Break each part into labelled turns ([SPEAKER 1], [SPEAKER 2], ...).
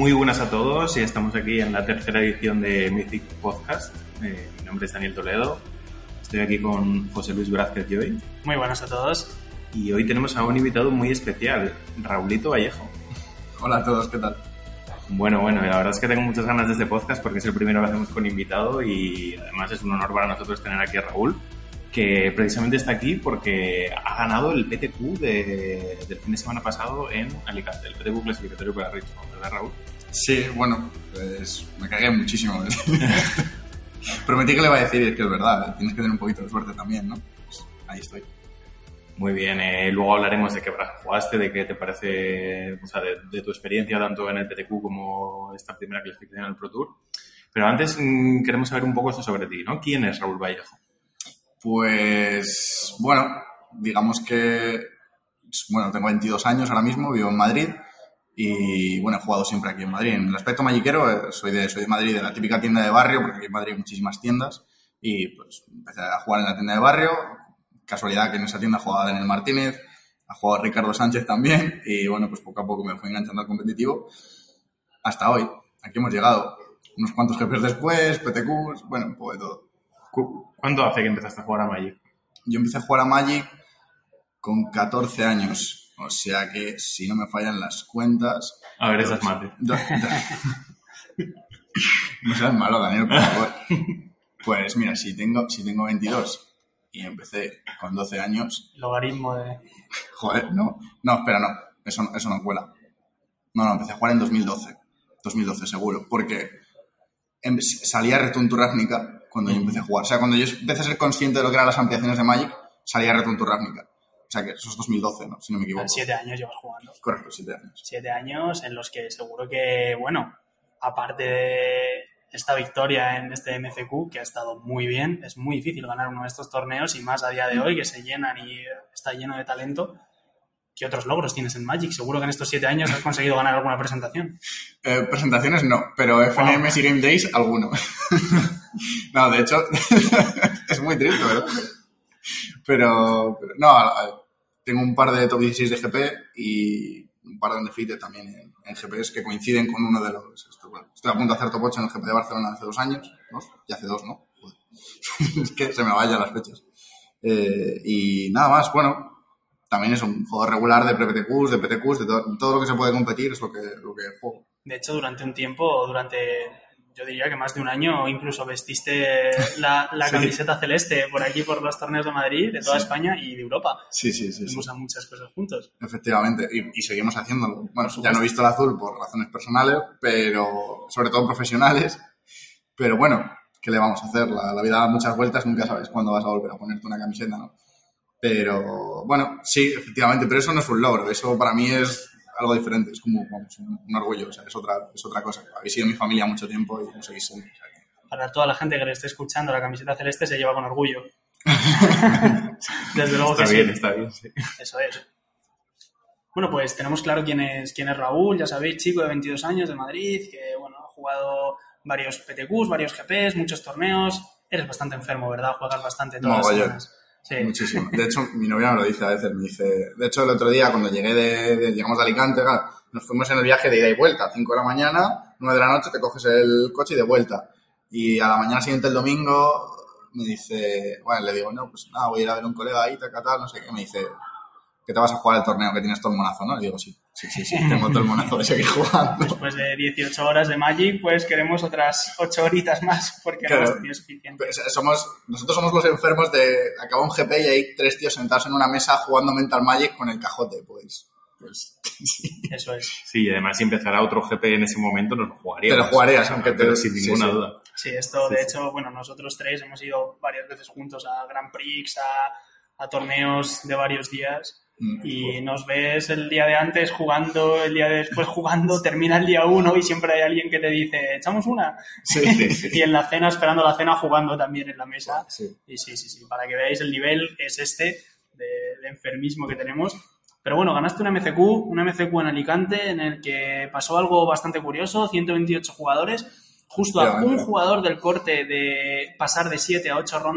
[SPEAKER 1] Muy buenas a todos y estamos aquí en la tercera edición de Mythic Podcast. Mi nombre es Daniel Toledo, estoy aquí con José Luis Vázquez Joy.
[SPEAKER 2] Muy buenas a todos.
[SPEAKER 1] Y hoy tenemos a un invitado muy especial, Raulito Vallejo.
[SPEAKER 3] Hola a todos, ¿qué tal?
[SPEAKER 1] Bueno, la verdad es que tengo muchas ganas de este podcast porque es el primero que hacemos con invitado y además es un honor para nosotros tener aquí a Raúl, que precisamente está aquí porque ha ganado el PTQ del fin de semana pasado en Alicante, el PTQ clasificatorio para Richmond, ¿verdad, Raúl?
[SPEAKER 3] Sí, bueno, pues me cagué muchísimo. Prometí que le iba a decir y es que es verdad, tienes que tener un poquito de suerte también, ¿no? Pues ahí estoy.
[SPEAKER 1] Muy bien, luego hablaremos de qué jugaste, de qué te parece, o sea, de tu experiencia tanto en el PTQ como esta primera clasificación en el Pro Tour. Pero antes queremos saber un poco esto sobre ti, ¿no? ¿Quién es Raúl Vallejo?
[SPEAKER 3] Pues, bueno, digamos que, bueno, tengo 22 años ahora mismo, vivo en Madrid y, bueno, he jugado siempre aquí en Madrid. En el aspecto magiquero, soy de Madrid, de la típica tienda de barrio, porque aquí en Madrid hay muchísimas tiendas y, pues, empecé a jugar en la tienda de barrio. Casualidad que en esa tienda jugaba Daniel Martínez, ha jugado Ricardo Sánchez también y, bueno, pues poco a poco me fui enganchando al competitivo hasta hoy. Aquí hemos llegado. Unos cuantos GPs después, PTQs, bueno, un poco de todo.
[SPEAKER 1] ¿Cuándo hace que empezaste a jugar a Magic?
[SPEAKER 3] Yo empecé a jugar a Magic con 14 años, o sea que si no me fallan las cuentas...
[SPEAKER 1] A ver, esas mates.
[SPEAKER 3] No seas malo, Daniel, por favor. Pues mira, si tengo 22 y empecé con 12 años...
[SPEAKER 2] Logaritmo de...
[SPEAKER 3] Joder, no, espera, no, eso no cuela. No, empecé a jugar en 2012 seguro, porque salía Return to Ravnica cuando yo empecé a jugar. O sea, cuando yo empecé a ser consciente de lo que eran las ampliaciones de Magic, salía Return to Ravnica. O sea, que eso es 2012, ¿no? Si no me equivoco.
[SPEAKER 2] 7 años llevas jugando.
[SPEAKER 3] Correcto, 7 años.
[SPEAKER 2] 7 años en los que seguro que, bueno, aparte de esta victoria en este MCQ, que ha estado muy bien, es muy difícil ganar uno de estos torneos y más a día de hoy, que se llenan y está lleno de talento. ¿Qué otros logros tienes en Magic? Seguro que en estos 7 años has conseguido ganar alguna presentación.
[SPEAKER 3] Presentaciones no, pero FNMs y Game Days, alguno. No, de hecho, es muy triste, ¿verdad? Pero no, tengo un par de top 16 de GP y un par de undefeated también en GPs que coinciden con uno de los... Bueno, estoy a punto de hacer top 8 en el GP de Barcelona hace 2 años, ¿no? Ya hace 2, ¿no? Es que se me vayan las fechas. Y nada más, bueno... También es un juego regular de pre-PTQs, de PTQs, de todo lo que se puede competir es lo que juego.
[SPEAKER 2] De hecho, durante un tiempo, yo diría que más de un año, incluso vestiste la sí. Camiseta celeste por aquí, por los torneos de Madrid, de toda España y de Europa.
[SPEAKER 3] Sí.
[SPEAKER 2] Hicimos muchas cosas juntos.
[SPEAKER 3] Efectivamente, y seguimos haciéndolo. Bueno, ya no he visto el azul por razones personales, pero sobre todo profesionales. Pero bueno, ¿qué le vamos a hacer? La vida da muchas vueltas, nunca sabes cuándo vas a volver a ponerte una camiseta, ¿no? Pero, bueno, sí, efectivamente, pero eso no es un logro, eso para mí es algo diferente, es como, vamos, un orgullo, o sea, es otra cosa. Habéis sido mi familia mucho tiempo y no seguís siendo. O sea,
[SPEAKER 2] para toda la gente que le esté escuchando, la camiseta celeste se lleva con orgullo. Desde luego que sí.
[SPEAKER 1] Está bien, sí.
[SPEAKER 2] Eso es. Bueno, pues tenemos claro quién es Raúl, ya sabéis, chico de 22 años de Madrid, que, bueno, ha jugado varios PTQs, varios GPs, muchos torneos. Eres bastante enfermo, ¿verdad? Juegas bastante todas las semanas. Sí.
[SPEAKER 3] Muchísimo. De hecho, mi novia me lo dice a veces, me dice... De hecho, el otro día, cuando llegamos de Alicante, claro, nos fuimos en el viaje de ida y vuelta. 5 de la mañana, 9 de la noche, te coges el coche y de vuelta. Y a la mañana siguiente, el domingo, me dice... Bueno, le digo, no, pues nada, voy a ir a ver a un colega ahí, tal, no sé qué. Me dice, que te vas a jugar el torneo, que tienes todo el monazo, ¿no? Le digo, sí, tengo todo el monazo de seguir jugando.
[SPEAKER 2] Después de 18 horas de Magic, pues queremos otras 8 horitas más, porque no hemos tenido suficiente.
[SPEAKER 3] Nosotros somos los enfermos de... Acaba un GP y hay 3 tíos sentados en una mesa jugando Mental Magic con el cajote, pues
[SPEAKER 2] sí. Eso es.
[SPEAKER 1] Sí, y además si empezara otro GP en ese momento nos lo jugaríamos.
[SPEAKER 3] Te lo jugarías, aunque
[SPEAKER 1] sin ninguna duda.
[SPEAKER 2] Sí, esto de hecho, bueno, nosotros 3 hemos ido varias veces juntos a Grand Prix, a torneos de varios días. Y nos ves el día de antes jugando, el día de después jugando, termina el día 1 y siempre hay alguien que te dice, ¿echamos una?
[SPEAKER 3] Sí.
[SPEAKER 2] Y en la cena, esperando la cena, jugando también en la mesa.
[SPEAKER 3] Sí.
[SPEAKER 2] Y sí, para que veáis el nivel es este de enfermismo que tenemos. Pero bueno, ganaste una MCQ en Alicante en el que pasó algo bastante curioso, 128 jugadores, justo a un jugador del corte de pasar de 7 a 8 rondas.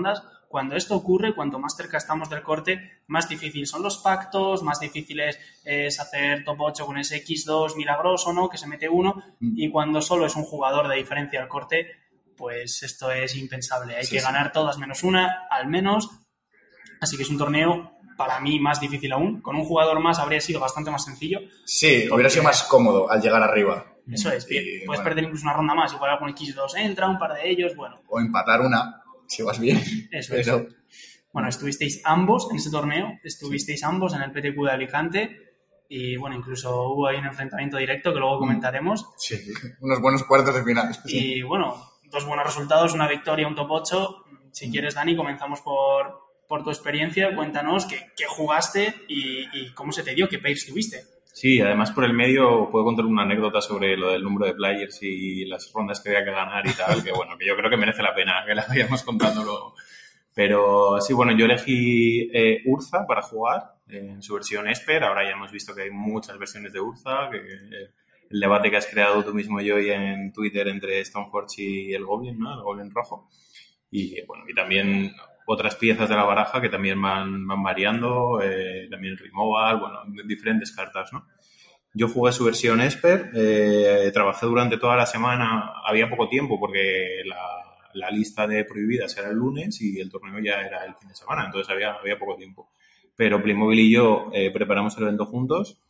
[SPEAKER 2] cuando esto ocurre, cuanto más cerca estamos del corte, más difícil son los pactos, más difícil es hacer top 8 con ese X2 milagroso, ¿no? Que se mete uno, y cuando solo es un jugador de diferencia al corte, pues esto es impensable. Hay que ganar todas menos una, al menos. Así que es un torneo, para mí, más difícil aún. Con un jugador más habría sido bastante más sencillo.
[SPEAKER 3] Sí, hubiera sido más cómodo al llegar arriba.
[SPEAKER 2] Eso es, bien. Puedes perder incluso una ronda más, igual algún X2 entra, un par de ellos, bueno.
[SPEAKER 3] O empatar una, si vas bien.
[SPEAKER 2] Eso es. Bueno, estuvisteis ambos en ese torneo, estuvisteis ambos en el PTQ de Alicante y, bueno, incluso hubo ahí un enfrentamiento directo que luego comentaremos.
[SPEAKER 3] Sí, unos buenos cuartos de final.
[SPEAKER 2] Y, bueno, 2 buenos resultados, una victoria, un top 8. Si quieres, Dani, comenzamos por tu experiencia. Cuéntanos qué jugaste y cómo se te dio, qué pairs tuviste.
[SPEAKER 1] Sí, además por el medio puedo contar una anécdota sobre lo del número de players y las rondas que había que ganar y tal, que bueno, que yo creo que merece la pena que la vayamos contando luego. Pero sí, bueno, yo elegí Urza para jugar en su versión Esper. Ahora ya hemos visto que hay muchas versiones de Urza, que el debate que has creado tú mismo, Joey, en Twitter entre Stoneforge y el Goblin, ¿no? El Goblin rojo. Y bueno, y también otras piezas de la baraja que también van variando, también el removal, bueno, diferentes cartas, ¿no? Yo jugué su versión Esper, trabajé durante toda la semana, había poco tiempo porque la lista de prohibidas era el lunes y el torneo ya era el fin de semana, entonces había poco tiempo. Pero Playmobil y yo preparamos el evento juntos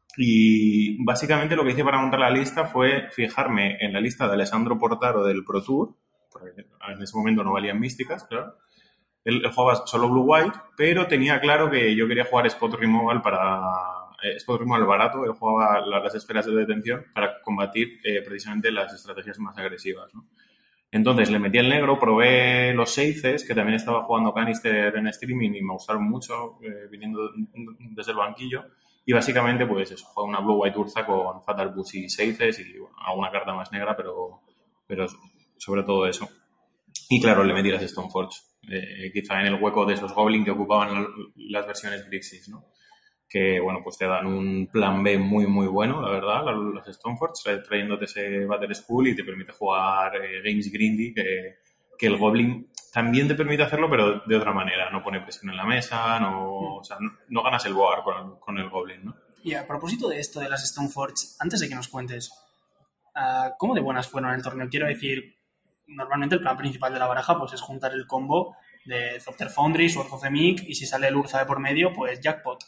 [SPEAKER 1] y básicamente lo que hice para montar la lista fue fijarme en la lista de Alessandro Portaro del Pro Tour, porque en ese momento no valían místicas, claro. Él jugaba solo Blue-White, pero tenía claro que yo quería jugar Spot Removal Spot Removal barato. Él jugaba las esferas de detención para combatir precisamente las estrategias más agresivas, ¿no? Entonces le metí el negro, probé los seices, que también estaba jugando Canister en streaming y me gustaron mucho viniendo desde el banquillo. Y básicamente, pues eso, jugué una Blue-White Urza con Fatal Push y seices y bueno, alguna carta más negra, pero sobre todo eso. Y claro, le metí las Stoneforge, quizá en el hueco de esos Goblin que ocupaban las versiones Grixis, ¿no? Que, bueno, pues te dan un plan B muy, muy bueno, la verdad, las Stoneforge, trayéndote ese Battle School y te permite jugar games grindy, que el Goblin también te permite hacerlo, pero de otra manera. No pone presión en la mesa, o sea, no ganas el board con el Goblin, ¿no?
[SPEAKER 2] Y a propósito de esto de las Stoneforge, antes de que nos cuentes, ¿cómo de buenas fueron en el torneo? Quiero decir, normalmente el plan principal de la baraja pues es juntar el combo de Thopter Foundry, Swords of the Meek, y si sale el Urza de por medio, pues jackpot.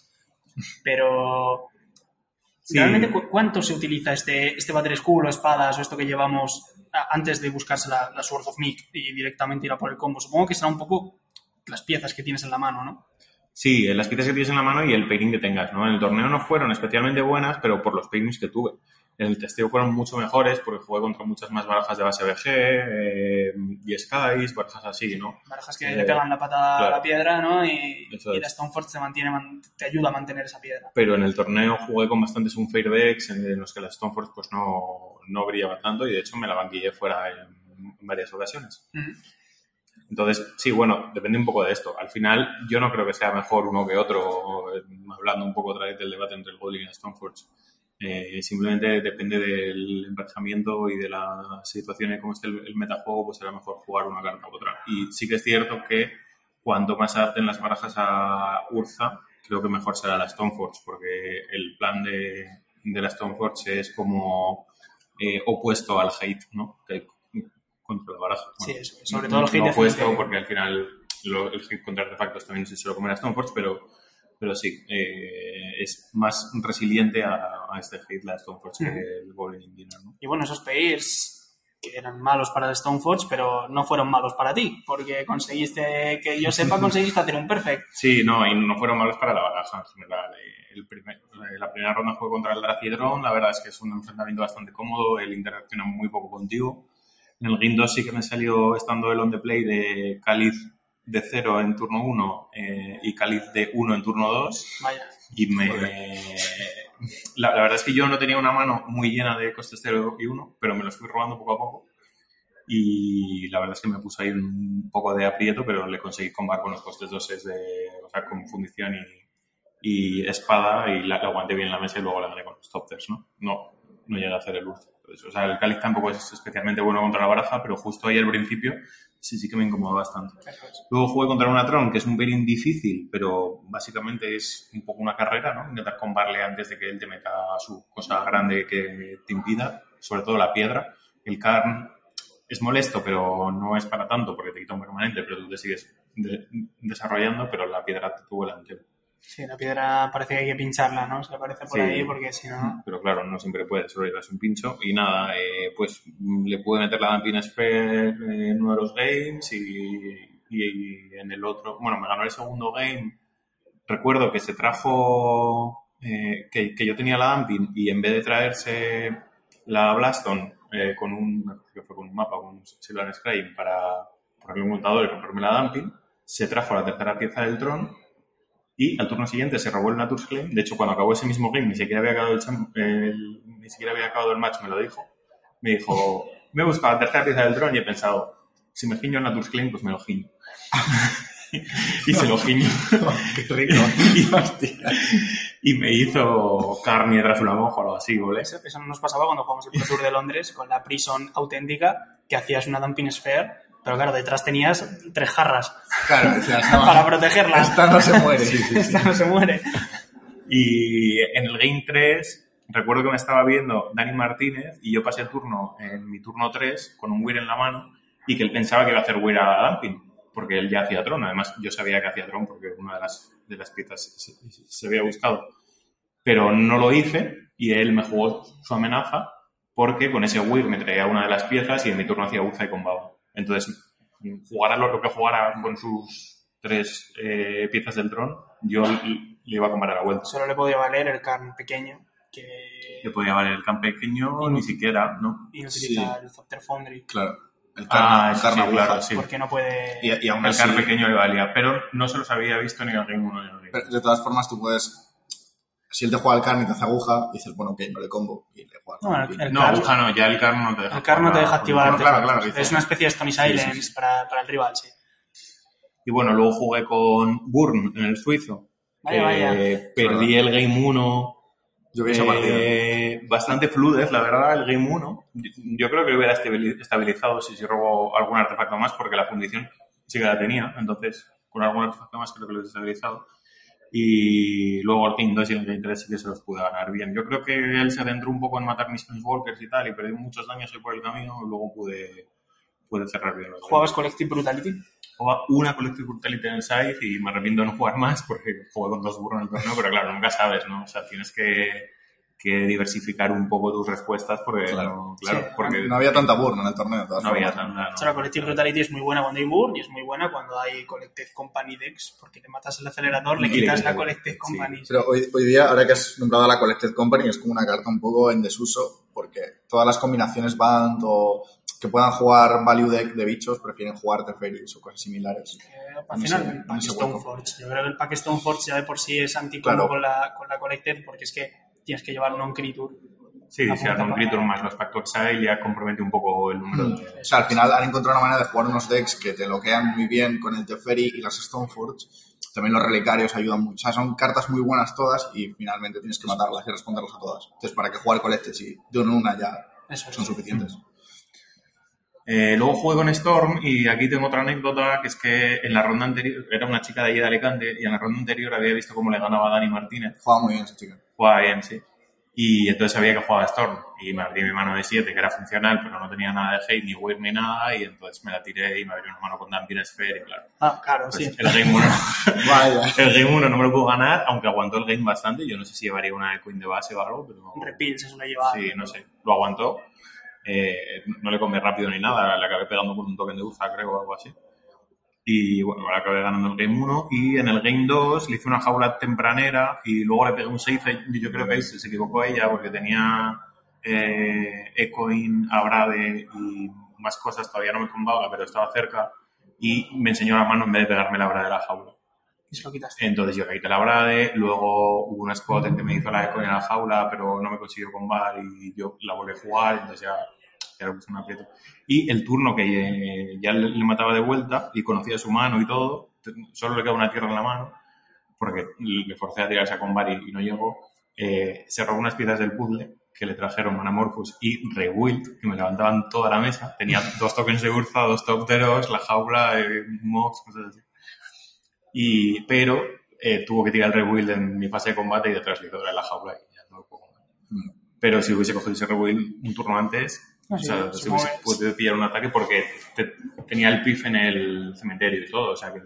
[SPEAKER 2] Pero sí. ¿Realmente cuánto se utiliza este Battle School o espadas o esto que llevamos antes de buscarse la Swords of Meek y directamente ir a por el combo? Supongo que será un poco las piezas que tienes en la mano, ¿no?
[SPEAKER 1] Sí, las piezas que tienes en la mano y el pairing que tengas, ¿no? En el torneo no fueron especialmente buenas, pero por los pairings que tuve. En el testeo fueron mucho mejores porque jugué contra muchas más barajas de base BG y Skies, barajas así, ¿no?
[SPEAKER 2] Barajas que le pegan la patada a la piedra, ¿no? Y la Stoneforge te ayuda a mantener esa piedra.
[SPEAKER 1] Pero en el torneo jugué con bastantes Unfair decks en los que la Stoneforge pues no brillaba tanto y de hecho me la banquillé fuera en varias ocasiones. Uh-huh. Entonces, sí, bueno, depende un poco de esto. Al final, yo no creo que sea mejor uno que otro, hablando un poco otra vez del debate entre el Goblin y la Stoneforge. Simplemente depende del emparejamiento y de la situación y cómo esté el metajuego, pues será mejor jugar una carta u otra. Y sí que es cierto que cuanto más se adapten las barajas a Urza, creo que mejor será la Stoneforge, porque el plan de la Stoneforge es como opuesto al hate, ¿no? Que contra la baraja.
[SPEAKER 2] Bueno, sí, sobre todo el hate.
[SPEAKER 1] No opuesto, porque al final el hate contra artefactos también se lo come la Stoneforge, pero sí, es más resiliente a este hate la Stoneforge que el Goblin Engineer, ¿no?
[SPEAKER 2] Y bueno, esos pairs que eran malos para la Stoneforge, pero no fueron malos para ti, porque conseguiste hacer un perfect.
[SPEAKER 1] Sí, no, y no fueron malos para la baraja en general. La primera ronda fue contra el Dracidron, la verdad es que es un enfrentamiento bastante cómodo, él interacciona muy poco contigo. En el Game 2 sí que me salió estando el on the play de Cáliz de 0 en turno 1 y Cáliz de 1 en turno 2.
[SPEAKER 2] Vaya.
[SPEAKER 1] Y la verdad es que yo no tenía una mano muy llena de costes 0 y 1, pero me los fui robando poco a poco. Y la verdad es que me puse ahí un poco de aprieto, pero le conseguí combar con los costes 2 o sea, con fundición y espada, y la aguanté bien en la mesa y luego la gané con los Topters, ¿no? No llegué a hacer el Urza. Pues, o sea, el cáliz tampoco es especialmente bueno contra la baraja, pero justo ahí al principio sí que me incomodó bastante. Luego jugué contra una Tron, que es un pelín difícil, pero básicamente es un poco una carrera, ¿no? Intentar combarle antes de que él te meta su cosa grande que te impida, sobre todo la piedra. El Karn es molesto, pero no es para tanto, porque te quita un permanente, pero tú te sigues desarrollando, pero la piedra te vuela entero.
[SPEAKER 2] Sí, la piedra parece que hay que pincharla, ¿no? Se aparece por ahí porque si no...
[SPEAKER 1] Pero claro, no siempre puede, solo llevarse un pincho. Y nada, pues le pude meter la Damping Sphere en uno de los games y en el otro... Bueno, me ganó el segundo game. Recuerdo que se trajo... que yo tenía la Damping y en vez de traerse la Blaston con un mapa, con un Silver Scrying para ponerle un montador y comprarme la Damping, se trajo la tercera pieza del Tron. Y al turno siguiente se robó el Natur's Claim. De hecho, cuando acabó ese mismo game, ni siquiera había acabado el match, me lo dijo. Me dijo, me he buscado la tercera pieza del Tron y he pensado, si me giño el Natur's Claim, pues me lo giño. Y se lo giño.
[SPEAKER 3] ¡Qué rico!
[SPEAKER 1] Y me hizo carne tras una monja o algo así, ¿vale?
[SPEAKER 2] Eso no nos pasaba cuando jugamos el Pro Tour de Londres con la Prison auténtica, que hacías una Damping Sphere, pero claro, detrás tenías 3 jarras.
[SPEAKER 3] Claro, o sea,
[SPEAKER 2] para protegerla.
[SPEAKER 3] Esta no se muere.
[SPEAKER 2] Esta no se muere.
[SPEAKER 1] Y en el Game 3, recuerdo que me estaba viendo Dani Martínez y yo pasé el turno en mi turno 3 con un Weir en la mano y que él pensaba que iba a hacer Weir a Damping, porque él ya hacía Tron. Además, yo sabía que hacía Tron porque una de las piezas se había buscado. Pero no lo hice y él me jugó su amenaza porque con ese Weir me traía una de las piezas y en mi turno hacía Uza y con Baba. Entonces, jugara lo que jugara con sus 3 piezas del Tron, yo le iba a comer a la vuelta.
[SPEAKER 2] Solo le podía valer el Karn pequeño.
[SPEAKER 1] Le podía valer el Karn pequeño, ni siquiera, ¿no?
[SPEAKER 2] Y no utiliza el Factor Foundry.
[SPEAKER 3] Claro. El Karn,
[SPEAKER 1] claro, sí.
[SPEAKER 2] Porque no puede...
[SPEAKER 3] Y aún
[SPEAKER 1] el
[SPEAKER 3] así...
[SPEAKER 1] Karn pequeño le valía, pero no se los había visto ni en el Game 1 ni en el Game 2.
[SPEAKER 3] Pero de todas formas, tú puedes... Si él te juega el Karn y te hace aguja, dices, bueno, ok, no le combo. Y le juegas.
[SPEAKER 1] No, aguja no, ya el Karn no te deja.
[SPEAKER 2] El Karn no te deja activar.
[SPEAKER 3] Claro,
[SPEAKER 2] es una especie de Stony Silence para el rival, sí.
[SPEAKER 1] Y bueno, luego jugué con Burn en el suizo.
[SPEAKER 2] Vaya.
[SPEAKER 1] Perdí el Game 1.
[SPEAKER 3] Yo vi esa partida.
[SPEAKER 1] Bastante fluidez, la verdad, el Game 1. Yo creo que lo hubiera estabilizado si robo algún artefacto más, porque la fundición sí que la tenía. Entonces, con algún artefacto más creo que lo hubiera estabilizado. Y luego el Game 2 y el Game 3 sí que se los pude ganar bien. Yo creo que él se adentró un poco en matar mis Walkers y tal, y perdí muchos daños ahí por el camino, y luego pude cerrar bien.
[SPEAKER 2] ¿Jugabas Collective Brutality?
[SPEAKER 1] Jugaba una Collective Brutality en el side y me arrepiento de no jugar más porque jugué con 2 burros en el torneo, pero claro, nunca sabes, ¿no? O sea, tienes que diversificar un poco tus respuestas porque, porque
[SPEAKER 3] no había tanta burn en el torneo.
[SPEAKER 1] No había tanta.
[SPEAKER 2] O sea, la Collective Brutality es muy buena cuando hay burn y es muy buena cuando hay Collective Company decks, porque le matas el acelerador, le quitas la Collective Company.
[SPEAKER 3] Sí. Pero hoy día, ahora que has nombrado la Collective Company, es como una carta un poco en desuso, porque todas las combinaciones Band o que puedan jugar Value Deck de bichos prefieren jugar Teferis o cosas similares.
[SPEAKER 2] Al final, el pack Stoneforge. Yo creo que el pack Stoneforge ya de por sí es anticombo con la Collective, porque es que tienes que llevar non-creature.
[SPEAKER 1] Sí, si a non-creature más los Pacto Exile ya compromete un poco el número de...
[SPEAKER 3] O sea, al final han encontrado una manera de jugar unos decks que te bloquean muy bien con el Teferi y las Stoneforge. También los relicarios ayudan mucho. O sea, son cartas muy buenas todas y finalmente tienes que matarlas y responderlas a todas. Entonces, ¿para qué jugar Collected si de una ya son suficientes?
[SPEAKER 1] Luego jugué con Storm y aquí tengo otra anécdota, que es que en la ronda anterior, era una chica de allí de Alicante, y en la ronda anterior había visto cómo le ganaba a Dani Martínez.
[SPEAKER 3] Jugaba muy bien esa chica.
[SPEAKER 1] Jugaba bien, sí. Y entonces sabía que jugaba Storm. Y me abrí mi mano de 7, que era funcional, pero no tenía nada de hate, ni weird, ni nada, y entonces me la tiré y me abrí una mano con Damping Sphere, y claro.
[SPEAKER 2] Claro,
[SPEAKER 1] pues
[SPEAKER 2] sí.
[SPEAKER 1] El Game 1...
[SPEAKER 3] Vaya.
[SPEAKER 1] El Game 1 no me lo puedo ganar, aunque aguantó el Game bastante. Yo no sé si llevaría una Queen de base o algo, pero...
[SPEAKER 2] Un repeal se suele llevar.
[SPEAKER 1] Sí, no sé. Lo aguantó. No le comí rápido ni nada, le acabé pegando con un token de Uza, creo, o algo así. Y bueno, le acabé ganando el Game 1 y en el Game 2 le hice una jaula tempranera y luego le pegué un save y yo creo que ahí se equivocó ella porque tenía Echoing, Abrade y más cosas, todavía no me combaba, pero estaba cerca y me enseñó la mano en vez de pegarme la Abrade de la jaula.
[SPEAKER 2] Y se lo quitaste.
[SPEAKER 1] Entonces yo le quité la Abrade, luego hubo un spot en que me hizo la Echoing en la jaula, pero no me consiguió combar y yo la volví a jugar, entonces ya le puse un aprieto. Y el turno que ya le mataba de vuelta y conocía su mano y todo, solo le quedaba una tierra en la mano, porque le forcé a tirarse a combar y no llegó, se robó unas piezas del puzzle que le trajeron Manamorphous y Rewild, que me levantaban toda la mesa. Tenía 2 tokens de Urza, 2 Topteros, la jaula, Mox, cosas así. Pero tuvo que tirar el Rewild en mi fase de combate y detrás le hizo la jaula y ya no lo puedo comer. Pero si hubiese cogido ese Rewild un turno antes, o sea, si hubiese podido pillar un ataque porque tenía el pif en el cementerio y todo, o sea que...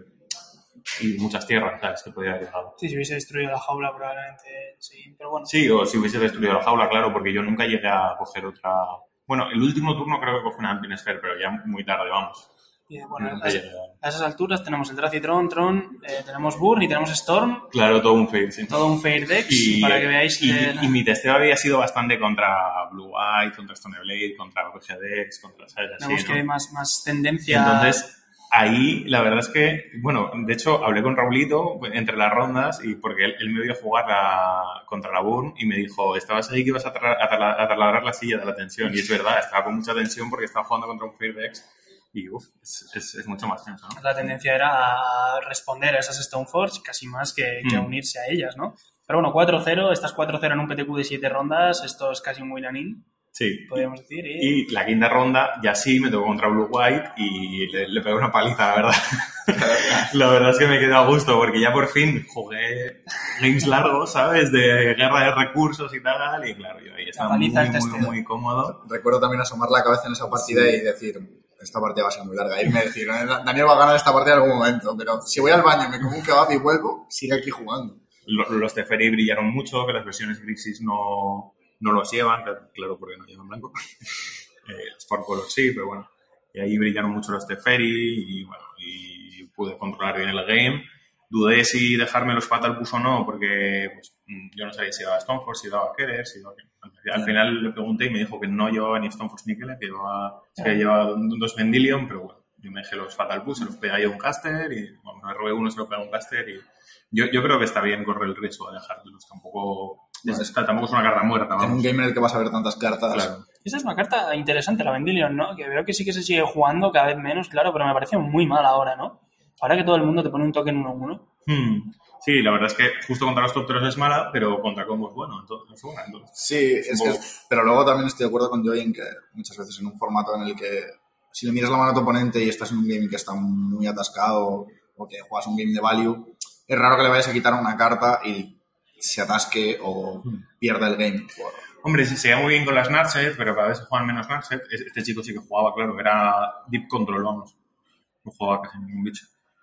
[SPEAKER 1] Y muchas tierras, ¿sabes? Que podía haber llegado.
[SPEAKER 2] Sí, si hubiese destruido la jaula probablemente sí, pero bueno.
[SPEAKER 1] Sí, o si hubiese destruido la jaula, claro, porque yo nunca llegué a coger otra... Bueno, el último turno creo que cogí una Ampin Sphere, pero ya muy tarde, vamos.
[SPEAKER 2] Y bueno, a esas alturas tenemos el Dracitron, Tron, tenemos Burn y tenemos Storm.
[SPEAKER 1] Claro, todo un Fair, sí.
[SPEAKER 2] Todo un Fair Dex, para que veáis.
[SPEAKER 1] Y mi testeo había sido bastante contra Blue White, contra Stoneblade, contra VG Dex, contra... ¿sabes? Así,
[SPEAKER 2] vemos
[SPEAKER 1] ¿no?
[SPEAKER 2] que hay más tendencia...
[SPEAKER 1] Entonces... Ahí, la verdad es que, bueno, de hecho, hablé con Raulito entre las rondas y porque él me vio jugar contra la Burn y me dijo, estabas ahí que ibas a taladrar la silla de la tensión. Y es verdad, estaba con mucha tensión porque estaba jugando contra un Fairdex y, es mucho más tenso, ¿no?
[SPEAKER 2] La tendencia era a responder a esas Stoneforge casi más que a unirse a ellas, ¿no? Pero bueno, 4-0, estás 4-0 en un PTQ de 7 rondas, esto es casi un win-and-in.
[SPEAKER 1] Sí.
[SPEAKER 2] Podríamos decir.
[SPEAKER 1] Y la quinta ronda ya sí me tocó contra Blue White y le pegué una paliza, la verdad. La verdad es que me quedé a gusto porque ya por fin jugué games largos, ¿sabes? De guerra de recursos y tal. Y claro, yo ahí estaba muy cómodo.
[SPEAKER 3] Recuerdo también asomar la cabeza en esa partida y decir, esta partida va a ser muy larga. Irme a decir, Daniel va a ganar esta partida en algún momento, pero si voy al baño, me como un kebab y vuelvo, sigue aquí jugando.
[SPEAKER 1] Los Teferi brillaron mucho, que las versiones Grixis no los llevan, claro, porque no llevan blanco. Los Four Colors sí, pero bueno. Y ahí brillaron mucho los Teferi y bueno, y pude controlar bien el game. Dudé si dejarme los Fatal Push o no, porque pues, yo no sabía si daba Stoneforce, si daba Keller, si daba... Al final le pregunté y me dijo que no llevaba ni Stoneforce ni Keller, que llevaba 2 Vendilion, pero bueno, yo me dejé los Fatal Push, se los pegué a un caster y bueno, me robé uno, se lo pegué a un caster y yo creo que está bien correr el riesgo de dejarlos, tampoco es una carta muerta. Vamos.
[SPEAKER 3] En un game en el que vas a ver tantas cartas.
[SPEAKER 1] Claro.
[SPEAKER 2] Esa es una carta interesante, la Vendilion, ¿no? Que veo que sí que se sigue jugando cada vez menos, claro, pero me parece muy mal ahora, ¿no? Ahora que todo el mundo te pone un token 1-1.
[SPEAKER 1] Sí, la verdad es que justo contra los Topteros es mala, pero contra combo es bueno, entonces.
[SPEAKER 3] Sí, es que, pero luego también estoy de acuerdo con Joey en que muchas veces en un formato en el que si le miras la mano a tu oponente y estás en un game que está muy atascado o que juegas un game de value, es raro que le vayas a quitar una carta y se atasque o pierda el game.
[SPEAKER 1] Hombre, se veía muy bien con las Narset, pero cada vez se juegan menos Narset. Este chico sí que jugaba, claro, era Deep Control, vamos. No jugaba casi ningún bicho.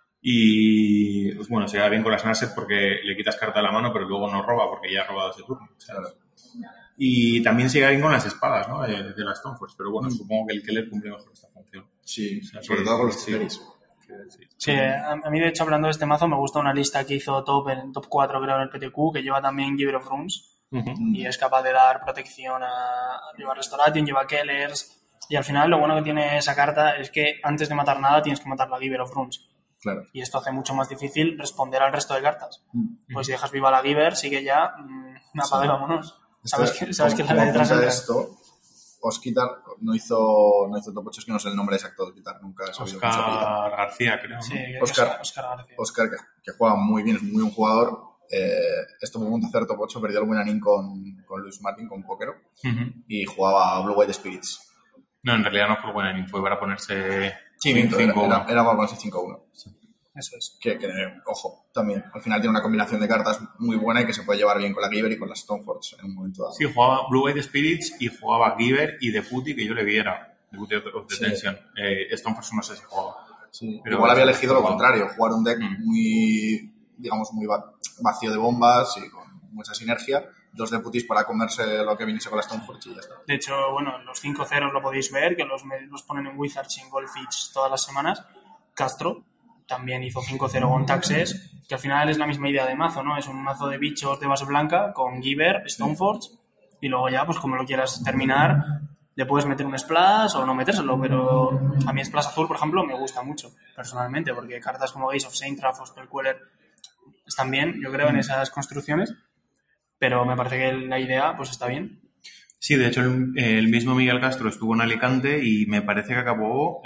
[SPEAKER 1] Y, pues bueno, se veía bien con las Narset porque le quitas carta a la mano, pero luego no roba porque ya ha robado ese turno. Claro. Y también se veía bien con las espadas, ¿no? De las Stoneforge, pero bueno, supongo que el Keller cumple mejor esta función.
[SPEAKER 3] Sí, o sea, sobre todo con los Teferis.
[SPEAKER 2] Sí, a mí de hecho hablando de este mazo me gusta una lista que hizo top 4 creo en el PTQ que lleva también Giver of Runes y es capaz de dar protección lleva Restoration, lleva Kellers y al final lo bueno que tiene esa carta es que antes de matar nada tienes que matar la Giver of Runes.
[SPEAKER 3] Claro.
[SPEAKER 2] Y esto hace mucho más difícil responder al resto de cartas. Pues si dejas viva la Giver sí que ya me apaga y vámonos. Sabes que la detrás
[SPEAKER 3] de esto Osquitar no hizo top 8, es que no sé el nombre exacto de Osquitar, nunca he sabido mucho.
[SPEAKER 1] Oscar García, creo. ¿no?
[SPEAKER 2] Sí,
[SPEAKER 3] Oscar
[SPEAKER 2] García.
[SPEAKER 3] Oscar, que juega muy bien, es muy buen jugador. Estuvo a punto de hacer top 8, perdió el win-and-in con Luis Martin, con Pokero, y jugaba Blue White Spirits.
[SPEAKER 1] No, en realidad no fue win-and-in, fue para ponerse
[SPEAKER 3] 5-1. Era para ponerse 5-1.
[SPEAKER 2] Sí. Eso es.
[SPEAKER 3] Que, ojo, también. Al final tiene una combinación de cartas muy buena y que se puede llevar bien con la Giver y con las Stoneforge en un momento dado.
[SPEAKER 1] Sí, jugaba Blue White Spirits y jugaba Giver y Deputy, que yo le viera. Deputy of Detention. Stoneforge no sé si jugaba.
[SPEAKER 3] Sí. Pero igual había elegido lo contrario, jugar un deck muy, digamos, muy vacío de bombas y con mucha sinergia. 2 Deputies para comerse lo que viniese con la Stoneforge y ya está.
[SPEAKER 2] De hecho, bueno, los 5-0 lo podéis ver, que los ponen en Wizards y en Goldfish todas las semanas. Castro también hizo 5-0 con Taxes, que al final es la misma idea de mazo, ¿no? Es un mazo de bichos de base blanca con Giver, Stoneforge, y luego ya, pues como lo quieras terminar, le puedes meter un Splash o no metérselo, pero a mí Splash azul, por ejemplo, me gusta mucho, personalmente, porque cartas como Gaze of Saintraff o Spellqueller están bien, yo creo, en esas construcciones, pero me parece que la idea, pues está bien.
[SPEAKER 1] Sí, de hecho el mismo Miguel Castro estuvo en Alicante y me parece que acabó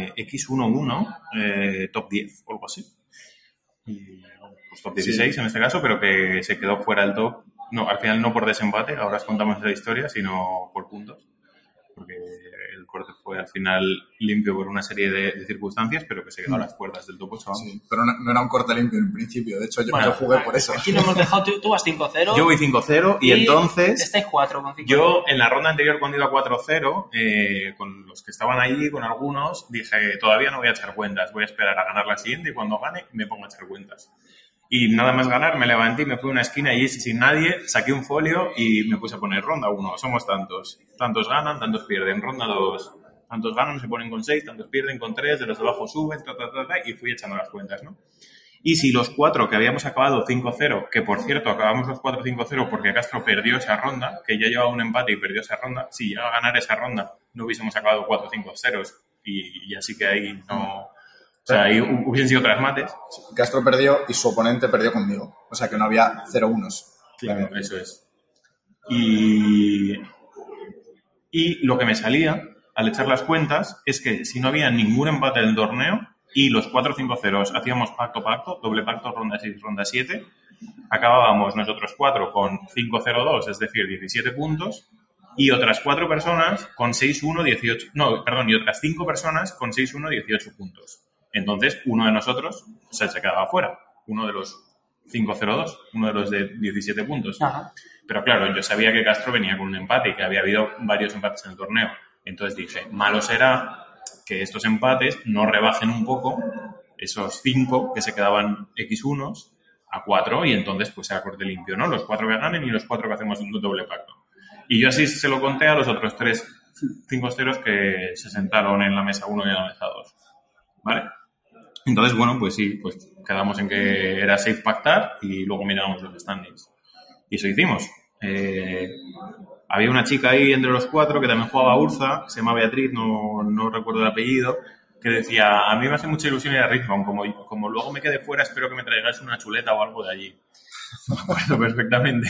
[SPEAKER 1] X11, top 10 o algo así. Y, pues top 16 en este caso, pero que se quedó fuera del top No, al final no por desempate, ahora os contamos esa historia, sino por puntos. Porque el corte fue al final limpio por una serie de circunstancias, pero que se quedó a las puertas del top 8.
[SPEAKER 3] Sí, pero no era un corte limpio en principio. De hecho, yo
[SPEAKER 2] Bueno,
[SPEAKER 3] jugué por eso.
[SPEAKER 2] Aquí lo hemos dejado, tú vas 5-0.
[SPEAKER 1] Yo voy 5-0 y entonces...
[SPEAKER 2] Estáis 4 con 5-0.
[SPEAKER 1] Yo, en la ronda anterior, cuando iba 4-0, con los que estaban allí, con algunos, dije, todavía no voy a echar cuentas, voy a esperar a ganar la siguiente y cuando gane me pongo a echar cuentas. Y nada más ganar, me levanté y me fui a una esquina y sin nadie, saqué un folio y me puse a poner ronda 1. Somos tantos. Tantos ganan, tantos pierden. Ronda 2. Tantos ganan, se ponen con 6, tantos pierden con 3, de los de abajo suben, y fui echando las cuentas, ¿no? Y si los 4 que habíamos acabado 5-0, que por cierto acabamos los 4 5-0 porque Castro perdió esa ronda, que ya llevaba un empate y perdió esa ronda, si llegaba a ganar esa ronda no hubiésemos acabado 4-5-0 y así que ahí no... O sea, ahí hubiesen sido otras mates.
[SPEAKER 3] Castro perdió y su oponente perdió conmigo. O sea, que no había 0-1s.
[SPEAKER 1] Claro, eso es. Y lo que me salía al echar las cuentas es que si no había ningún empate en el torneo y los 4-5-0 hacíamos pacto, doble pacto, ronda 6, ronda 7, acabábamos nosotros 4 con 5-0-2, es decir, 17 puntos, y otras 4 personas con 6-1, 18... No, perdón, y otras 5 personas con 6-1, 18 puntos. Entonces, uno de nosotros se quedaba fuera, uno de los 5-0-2, uno de los de 17 puntos.
[SPEAKER 2] Ajá.
[SPEAKER 1] Pero claro, yo sabía que Castro venía con un empate y que había habido varios empates en el torneo. Entonces dije, malo será que estos empates no rebajen un poco esos 5 que se quedaban X1 a 4 y entonces pues sea corte limpio, ¿no? Los 4 que ganen y los 4 que hacemos un doble pacto. Y yo así se lo conté a los otros 3 5-0 que se sentaron en la mesa 1 y en la mesa 2. ¿Vale? Entonces, bueno, pues sí, pues quedamos en que era safe pactar y luego mirábamos los standings. Y eso hicimos. Había una chica ahí entre los 4 que también jugaba a Urza, se llama Beatriz, no recuerdo el apellido, que decía, a mí me hace mucha ilusión ir a Richmond, como luego me quede fuera, espero que me traigáis una chuleta o algo de allí. Me acuerdo perfectamente.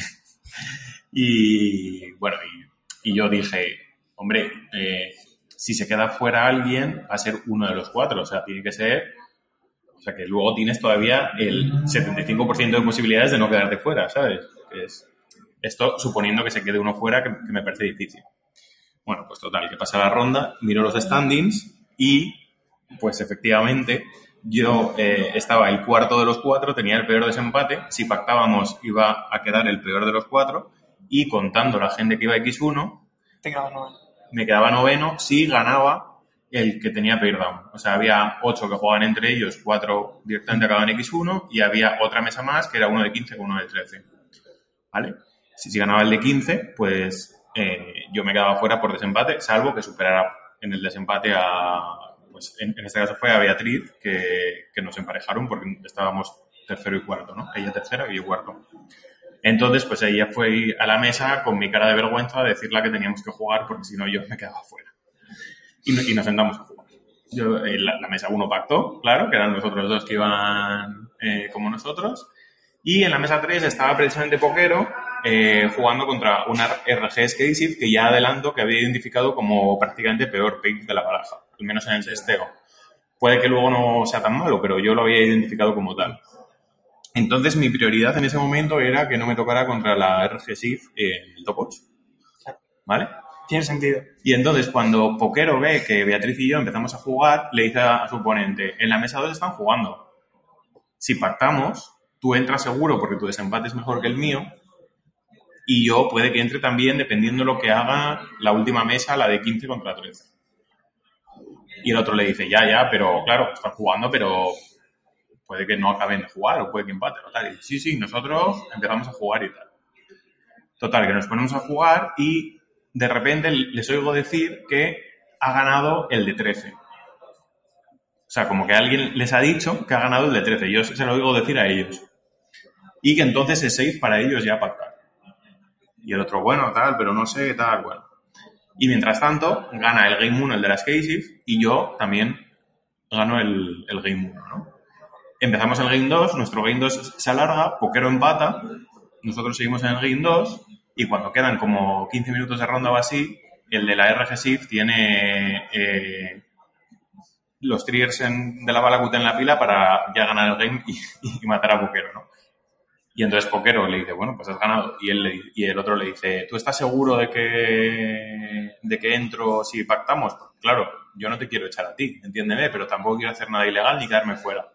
[SPEAKER 1] Y bueno, y yo dije, hombre, si se queda fuera alguien, va a ser uno de los 4, o sea, tiene que ser... O sea, que luego tienes todavía el 75% de posibilidades de no quedarte fuera, ¿sabes? Esto suponiendo que se quede uno fuera, que me parece difícil. Bueno, pues total, que pasa la ronda, miro los standings y, pues efectivamente, yo estaba el cuarto de los 4, tenía el peor desempate. Si pactábamos, iba a quedar el peor de los 4 y contando la gente que iba a X1,
[SPEAKER 2] Te quedaba 9.
[SPEAKER 1] me quedaba 9º si ganaba el que tenía pair down. O sea, había 8 que jugaban entre ellos, 4 directamente acababan en X1 y había otra mesa más que era uno de 15 con uno de 13. ¿Vale? Si ganaba el de 15, pues yo me quedaba fuera por desempate, salvo que superara en el desempate a... Pues en este caso fue a Beatriz, que nos emparejaron porque estábamos tercero y cuarto, ¿no? Ella tercera y yo cuarto. Entonces, pues ella fue a la mesa con mi cara de vergüenza a decirle que teníamos que jugar porque si no yo me quedaba fuera. Y nos sentamos a jugar. La mesa 1 pactó, claro, que eran los otros 2 que iban como nosotros. Y en la mesa 3 estaba precisamente Poquero jugando contra una RG Skadeshift que ya adelanto que había identificado como prácticamente peor pick de la baraja, al menos en el testeo. Puede que luego no sea tan malo, pero yo lo había identificado como tal. Entonces mi prioridad en ese momento era que no me tocara contra la RG Shift en el top 8. ¿Vale?
[SPEAKER 2] Tiene sentido.
[SPEAKER 1] Y entonces, cuando Poquero ve que Beatriz y yo empezamos a jugar, le dice a su oponente, en la mesa 2 están jugando. Si pactamos, tú entras seguro porque tu desempate es mejor que el mío y yo puede que entre también dependiendo de lo que haga la última mesa, la de 15 contra 13. Y el otro le dice, ya, pero claro, están jugando, pero puede que no acaben de jugar o puede que empaten. Y dice, sí, nosotros empezamos a jugar y tal. Total, que nos ponemos a jugar y de repente les oigo decir que ha ganado el de 13. O sea, como que alguien les ha dicho que ha ganado el de 13. Yo se lo oigo decir a ellos. Y que entonces es safe para ellos ya pactar. Y el otro, bueno, tal, pero no sé, tal, bueno. Y mientras tanto, gana el Game 1, el de la Skadeshift, y yo también gano el Game 1, ¿no? Empezamos el Game 2, nuestro Game 2 se alarga, Poquero empata, nosotros seguimos en el Game 2, y cuando quedan como 15 minutos de ronda o así, el de la RG Shift tiene los triggers de la Balagut en la pila para ya ganar el game y matar a Poquero, ¿no? Y entonces Pokero le dice, bueno, pues has ganado. Y el otro le dice, ¿tú estás seguro de que entro si pactamos? Porque, claro, yo no te quiero echar a ti, entiéndeme, pero tampoco quiero hacer nada ilegal ni quedarme fuera.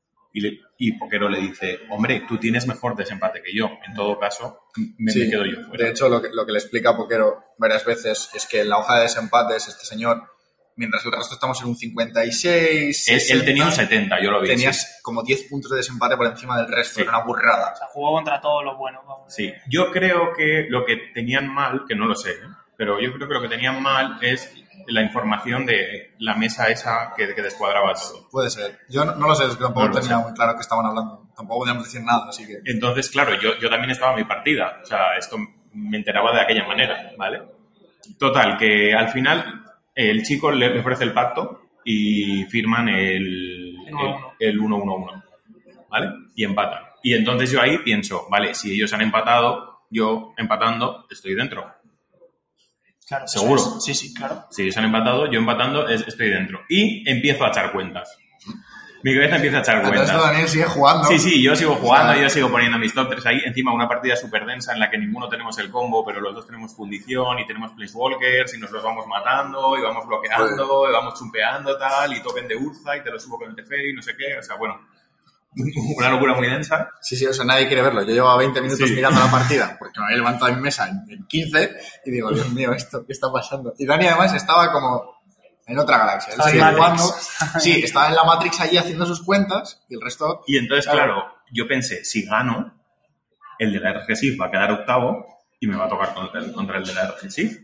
[SPEAKER 1] Y Pokero le dice, hombre, tú tienes mejor desempate que yo. En todo caso, me quedo yo fuera.
[SPEAKER 3] De hecho, lo que le explica a Pokero varias veces es que en la hoja de desempates este señor, mientras el resto estamos en un 56...
[SPEAKER 1] Él tenía un 70, yo lo vi.
[SPEAKER 3] Tenías como 10 puntos de desempate por encima del resto, era una burrada.
[SPEAKER 2] O sea, jugó contra todo lo bueno. Vamos.
[SPEAKER 1] Sí, yo creo que lo que tenían mal, que no lo sé, pero yo creo que lo que tenían mal es la información de la mesa esa que descuadraba todo.
[SPEAKER 3] Puede ser. Yo no lo sé, es que tampoco tenía muy claro qué estaban hablando. Tampoco podíamos decir nada, así que...
[SPEAKER 1] Entonces, claro, yo también estaba en mi partida. O sea, esto me enteraba de aquella manera, ¿vale? Total, que al final el chico le ofrece el pacto y firman el 1-1-1, ¿vale? Y empatan. Y entonces yo ahí pienso, vale, si ellos han empatado, yo empatando estoy dentro.
[SPEAKER 2] Claro,
[SPEAKER 1] ¿seguro?
[SPEAKER 2] Sí, claro.
[SPEAKER 1] Si ellos han empatado, yo empatando estoy dentro. Y empiezo a echar cuentas. Mi cabeza empieza a echar cuentas.
[SPEAKER 3] Entonces Daniel sigue jugando.
[SPEAKER 1] Sí, yo sigo jugando, yo sigo poniendo mis top 3 ahí. Encima una partida súper densa en la que ninguno tenemos el combo, pero los dos tenemos fundición y tenemos placewalkers y nos los vamos matando y vamos bloqueando y vamos chumpeando tal y token de Urza y te lo subo con el Teferi y no sé qué. O sea, bueno, una locura muy densa.
[SPEAKER 3] Sí, o sea, nadie quiere verlo. Yo llevaba 20 minutos mirando la partida porque me había levantado de mi mesa en 15 y digo, Dios mío, ¿esto qué está pasando? Y Dani además estaba como en otra galaxia. Él sigue jugando. Sí, estaba en la Matrix allí haciendo sus cuentas y el resto...
[SPEAKER 1] Y entonces, claro, yo pensé, si gano, el de la RGSIF va a quedar octavo y me va a tocar contra el de la RGSIF.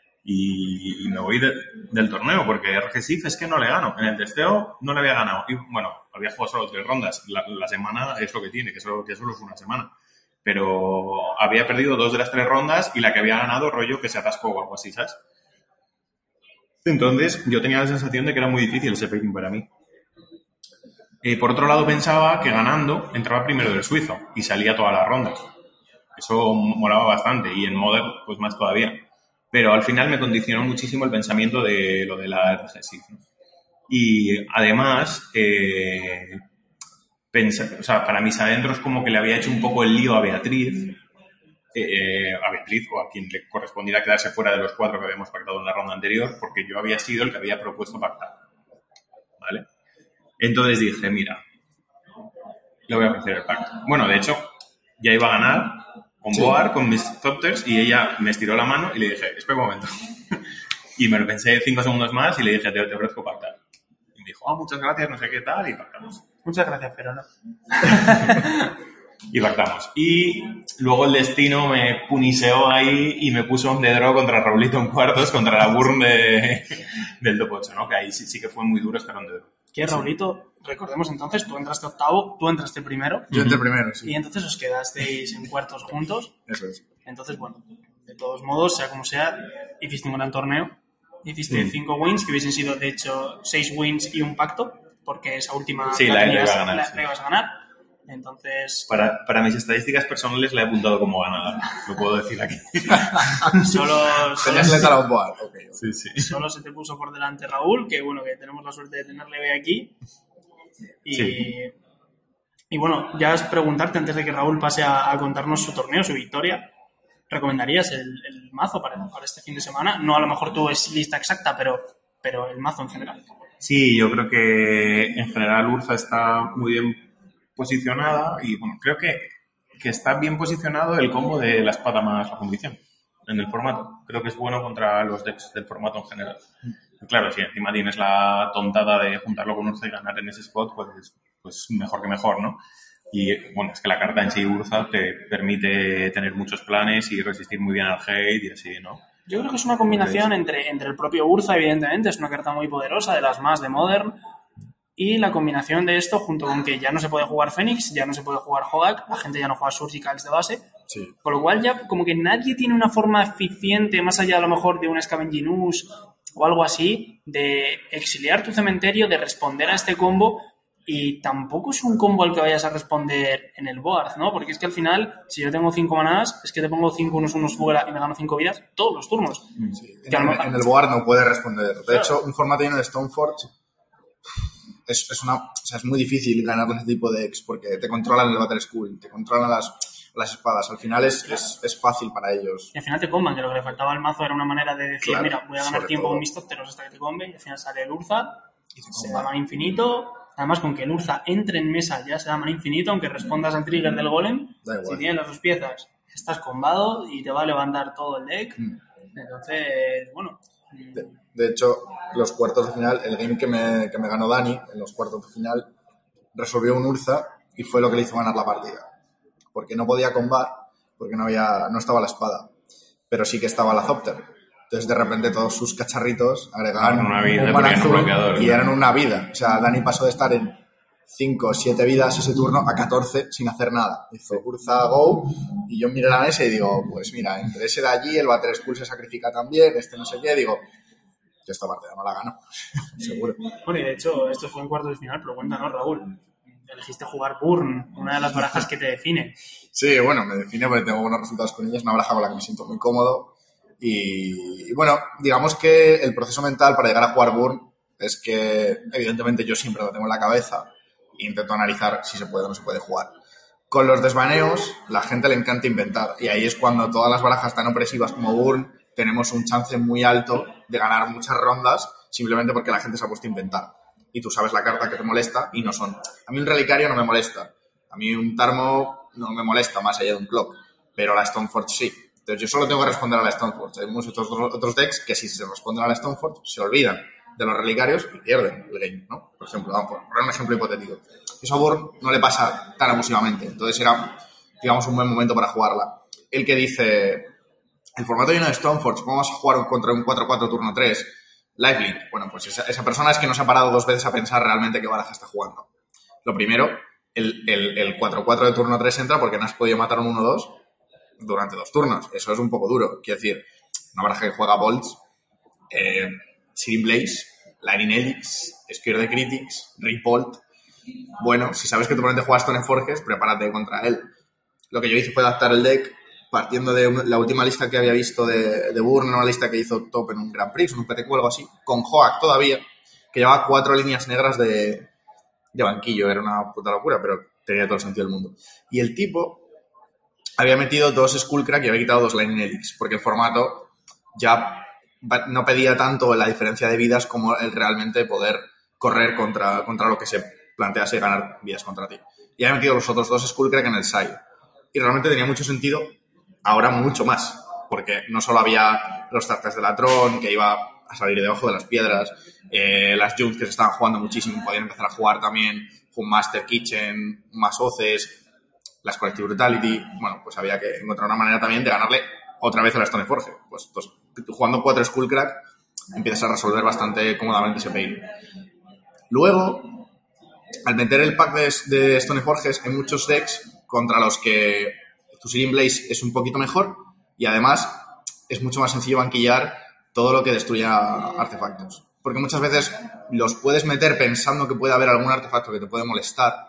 [SPEAKER 1] Y me voy del torneo, porque RGSIF es que no le gano. En el testeo no le había ganado. Y bueno, había jugado solo 3 rondas. La semana es lo que tiene, que solo fue una semana. Pero había perdido 2 de las 3 rondas y la que había ganado, rollo que se atascó o algo así, ¿sabes? Entonces, yo tenía la sensación de que era muy difícil ese pairing para mí. Por otro lado, pensaba que ganando entraba primero del suizo y salía todas las rondas. Eso molaba bastante y en Modern, pues más todavía. Pero al final me condicionó muchísimo el pensamiento de lo de la RGSIF, ¿no? Y además, para mis adentros como que le había hecho un poco el lío a Beatriz o a quien le correspondiera quedarse fuera de los 4 que habíamos pactado en la ronda anterior, porque yo había sido el que había propuesto pactar, ¿vale? Entonces dije, mira, le voy a ofrecer el pacto. Bueno, de hecho, ya iba a ganar con Boar, con mis Topters, y ella me estiró la mano y le dije, espera un momento. Y me lo pensé 5 segundos más y le dije, te ofrezco pactar. Y me dijo, muchas gracias, no sé qué tal, y pactamos.
[SPEAKER 2] Muchas gracias, pero no.
[SPEAKER 1] Y pactamos. Y luego el destino me puniseó ahí y me puso un de draw contra Raulito en cuartos, contra la Burn del top 8, ¿no? Que ahí sí que fue muy duro estar un de draw.
[SPEAKER 2] ¿Qué, Raulito? Recordemos entonces, tú entraste octavo, tú entraste primero.
[SPEAKER 3] Yo entré primero, sí.
[SPEAKER 2] Y entonces os quedasteis en cuartos juntos.
[SPEAKER 3] Eso es.
[SPEAKER 2] Entonces, bueno, de todos modos, sea como sea, hiciste un gran torneo. Hiciste 5 wins, que hubiesen sido, de hecho, 6 wins y un pacto, porque esa última
[SPEAKER 1] la ibas
[SPEAKER 2] a ganar. Entonces...
[SPEAKER 1] Para mis estadísticas personales la he apuntado como ganada. Lo puedo decir aquí.
[SPEAKER 3] Tenías letra un Boar. Okay.
[SPEAKER 1] Sí.
[SPEAKER 2] Solo se te puso por delante Raúl, que bueno, que tenemos la suerte de tenerle hoy aquí. Y bueno, ya es preguntarte, antes de que Raúl pase a contarnos su torneo, su victoria, ¿recomendarías el mazo para este fin de semana? No a lo mejor tu lista exacta, pero el mazo en general.
[SPEAKER 1] Sí, yo creo que en general Urza está muy bien posicionada y bueno, creo que está bien posicionado el combo de la espada más la fundición en el formato. Creo que es bueno contra los decks del formato en general. Y claro, si encima tienes la tontada de juntarlo con Urza y ganar en ese spot, pues mejor que mejor, ¿no? Y bueno, es que la carta en sí Urza te permite tener muchos planes y resistir muy bien al hate y así, ¿no?
[SPEAKER 2] Yo creo que es una combinación entre el propio Urza, evidentemente, es una carta muy poderosa, de las más de Modern, y la combinación de esto, junto con que ya no se puede jugar Fénix, ya no se puede jugar Hogak, la gente ya no juega Surgicals de base, con lo cual ya como que nadie tiene una forma eficiente, más allá a lo mejor de un Scavenging Ooze o algo así, de exiliar tu cementerio, de responder a este combo, y tampoco es un combo al que vayas a responder en el board, ¿no? Porque es que al final, si yo tengo 5 manás, es que te pongo 5 unos fuera y me gano 5 vidas todos los turnos.
[SPEAKER 3] Sí. En el board no puede responder. De hecho, un formato lleno de Stoneforge es muy difícil ganar ese tipo de decks porque te controlan el Battle School, te controlan las espadas. Al final es fácil para ellos.
[SPEAKER 2] Y al final te comban, que lo que le faltaba al mazo era una manera de decir,
[SPEAKER 3] Claro,
[SPEAKER 2] mira, voy a ganar tiempo
[SPEAKER 3] todo.
[SPEAKER 2] con mis tópteros hasta que te combe, y al final sale el Urza,
[SPEAKER 3] Y te
[SPEAKER 2] se
[SPEAKER 3] comban.
[SPEAKER 2] da mana infinito. Además, con que el Urza entre en mesa ya se da mana infinito, aunque respondas al trigger del golem.
[SPEAKER 3] Da igual.
[SPEAKER 2] Si tienes las dos piezas, estás combado y te va a levantar todo el deck. Entonces, bueno.
[SPEAKER 3] De hecho, los cuartos de final, el game que me ganó Dani, en los cuartos de final, resolvió un Urza y fue lo que le hizo ganar la partida. Porque no podía combar, porque no estaba la espada, pero sí que estaba la Zopter. Entonces, de repente, todos sus cacharritos agregaban
[SPEAKER 1] Una vida,
[SPEAKER 3] un
[SPEAKER 1] porque
[SPEAKER 3] mana
[SPEAKER 1] eran un
[SPEAKER 3] azul
[SPEAKER 1] bloqueador,
[SPEAKER 3] y
[SPEAKER 1] ¿no?
[SPEAKER 3] eran una vida. O sea, Dani pasó de estar en 5 o 7 vidas ese turno a 14 sin hacer nada. Hizo Urza Go y yo miré la mesa y digo, pues mira, entre ese de allí, el Battle School se sacrifica también, este no sé qué, digo, yo esta partida no la gano, seguro.
[SPEAKER 2] Bueno, y de hecho, esto fue en cuartos de final, pero cuéntanos, Raúl. Elegiste jugar Burn, una de las barajas que te define.
[SPEAKER 3] Sí, bueno, me define porque tengo buenos resultados con ella, es una baraja con la que me siento muy cómodo. Y bueno, digamos que el proceso mental para llegar a jugar Burn es que, evidentemente, yo siempre lo tengo en la cabeza e intento analizar si se puede o no se puede jugar. Con los desbaneos, la gente le encanta inventar. Y ahí es cuando todas las barajas tan opresivas como Burn tenemos un chance muy alto de ganar muchas rondas simplemente porque la gente se ha puesto a inventar. Y tú sabes la carta que te molesta y no son. A mí un relicario no me molesta. A mí un Tarmo no me molesta más allá de un Clock. Pero la Stoneforge sí. Entonces yo solo tengo que responder a la Stoneforge. Hay muchos otros decks que si se responden a la Stoneforge se olvidan de los relicarios y pierden el game, ¿no? Por ejemplo, vamos a poner un ejemplo hipotético. Eso a Burn no le pasa tan abusivamente. Entonces era, digamos, un buen momento para jugarla. El que dice, el formato lleno de Stoneforge, ¿cómo vamos a jugar contra un 4-4 turno 3? Lifelink. Bueno, pues esa persona es que no se ha parado 2 veces a pensar realmente qué baraja está jugando. Lo primero, el 4-4 de turno 3 entra porque no has podido matar un 1-2 durante 2 turnos. Eso es un poco duro. Quiero decir, una baraja que juega Bolts, Searing Blaze, Lightning Helix, Spear de Critics, Ripolt. Bueno, si sabes que tu oponente juega Stoneforges, prepárate contra él. Lo que yo hice fue adaptar el deck partiendo de la última lista que había visto de Burn, una lista que hizo top en un Grand Prix, en un PTQ o algo así, con Hoak todavía, que llevaba 4 líneas negras de banquillo. Era una puta locura, pero tenía todo el sentido del mundo. Y el tipo había metido 2 Skullcrack y había quitado 2 Lightning Helix, porque el formato ya no pedía tanto la diferencia de vidas como el realmente poder correr contra lo que se plantease ganar vidas contra ti. Y había metido los otros 2 Skullcrack en el side. Y realmente tenía mucho sentido, ahora mucho más, porque no solo había los Tartas de Latrón, que iba a salir debajo de las piedras, las Junts que se estaban jugando muchísimo, podían empezar a jugar también, un Master Kitchen, más Hoces, las Collective Brutality. Bueno, pues había que encontrar una manera también de ganarle otra vez a la Stoneforge. Pues jugando 4 Skullcrack empiezas a resolver bastante cómodamente ese pain. Luego, al meter el pack de Stoneforges, hay muchos decks contra los que tu Searing Blaze es un poquito mejor y además es mucho más sencillo banquillar todo lo que destruya artefactos. Porque muchas veces los puedes meter pensando que puede haber algún artefacto que te puede molestar,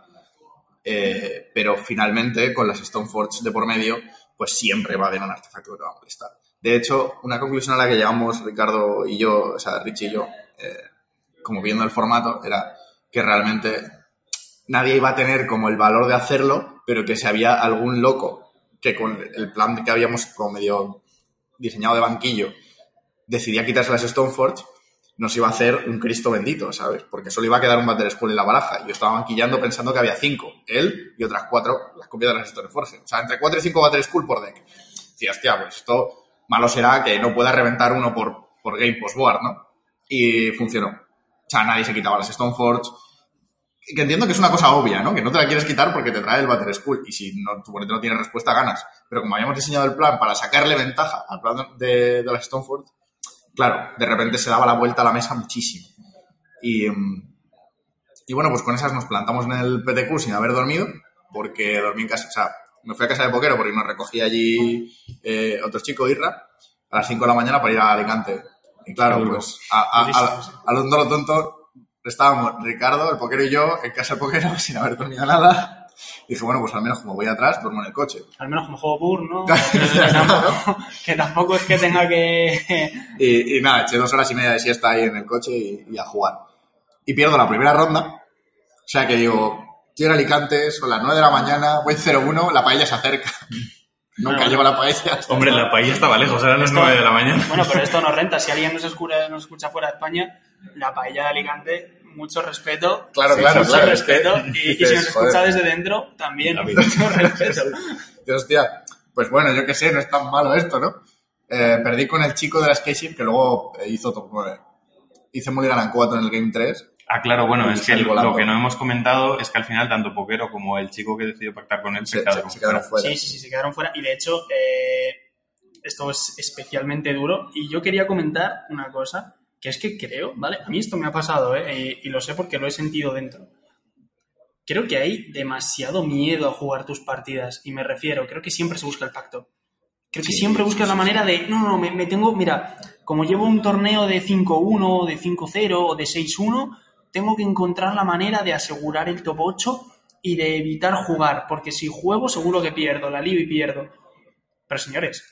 [SPEAKER 3] pero finalmente con las Stoneforge de por medio, pues siempre va a haber un artefacto que te va a molestar. De hecho, una conclusión a la que llegamos Ricardo y yo, o sea, Richie y yo, como viendo el formato, era que realmente nadie iba a tener como el valor de hacerlo, pero que si había algún loco que con el plan que habíamos como medio diseñado de banquillo decidía quitarse las Stoneforge, nos iba a hacer un Cristo bendito, ¿sabes? Porque solo iba a quedar un Battle School en la baraja. Y yo estaba banquillando pensando que había 5. Él y otras 4 las copias de las Stoneforge. O sea, entre 4 y 5 Battle School por deck. Decía, hostia, pues esto malo será que no pueda reventar uno por game post-board, ¿no? Y funcionó. O sea, nadie se quitaba las Stoneforge. Que entiendo que es una cosa obvia, ¿no? Que no te la quieres quitar porque te trae el Battle School. Y si no, tu oponente no tiene respuesta, ganas. Pero como habíamos diseñado el plan para sacarle ventaja al plan de las Stoneforge, claro, de repente se daba la vuelta a la mesa muchísimo. Y bueno, pues con esas nos plantamos en el PTQ sin haber dormido, porque dormí en casa, o sea, me fui a casa de Poquero porque nos recogía allí otro chico, Irra, a las 5 de la mañana para ir a Alicante. Y claro, pues a lo tonto estábamos Ricardo, el Poquero y yo en casa de Poquero sin haber dormido nada. Y dije, bueno, pues al menos como voy atrás, duermo en el coche.
[SPEAKER 2] Al menos como juego Burn, ¿no? que tampoco es que tenga que...
[SPEAKER 3] y nada, eché 2 horas y media de siesta ahí en el coche y a jugar. Y pierdo la primera ronda O sea que digo, estoy en Alicante, son las 9 de la mañana, voy 0-1, la paella se acerca. Nunca llevo la paella.
[SPEAKER 1] Hombre, la paella estaba lejos, eran las 9 de la mañana.
[SPEAKER 2] Bueno, pero esto no renta. Si alguien nos escucha fuera de España, la paella de Alicante, mucho respeto.
[SPEAKER 3] Claro.
[SPEAKER 2] Respeto. Y si nos escucha desde dentro, también mucho respeto.
[SPEAKER 3] Hostia, pues bueno, yo qué sé, no es tan malo esto, ¿no? Perdí con el chico de la Skate que luego hizo top 9. Hice Mulligan a 4 en el Game 3.
[SPEAKER 1] Ah, claro, bueno, es que lo que no hemos comentado es que al final tanto Poquero como el chico que decidió pactar con él se quedaron
[SPEAKER 3] fuera.
[SPEAKER 2] Sí, se quedaron fuera. Y de hecho, esto es especialmente duro. Y yo quería comentar una cosa, que es que creo, ¿vale? A mí esto me ha pasado, y lo sé porque lo he sentido dentro. Creo que hay demasiado miedo a jugar tus partidas. Y me refiero, creo que siempre se busca el pacto. Creo que siempre buscas la manera de, me tengo, mira, como llevo un torneo de 5-1, de 5-0 o de 6-1, tengo que encontrar la manera de asegurar el top 8 y de evitar jugar, porque si juego seguro que pierdo, la lío y pierdo. Pero señores,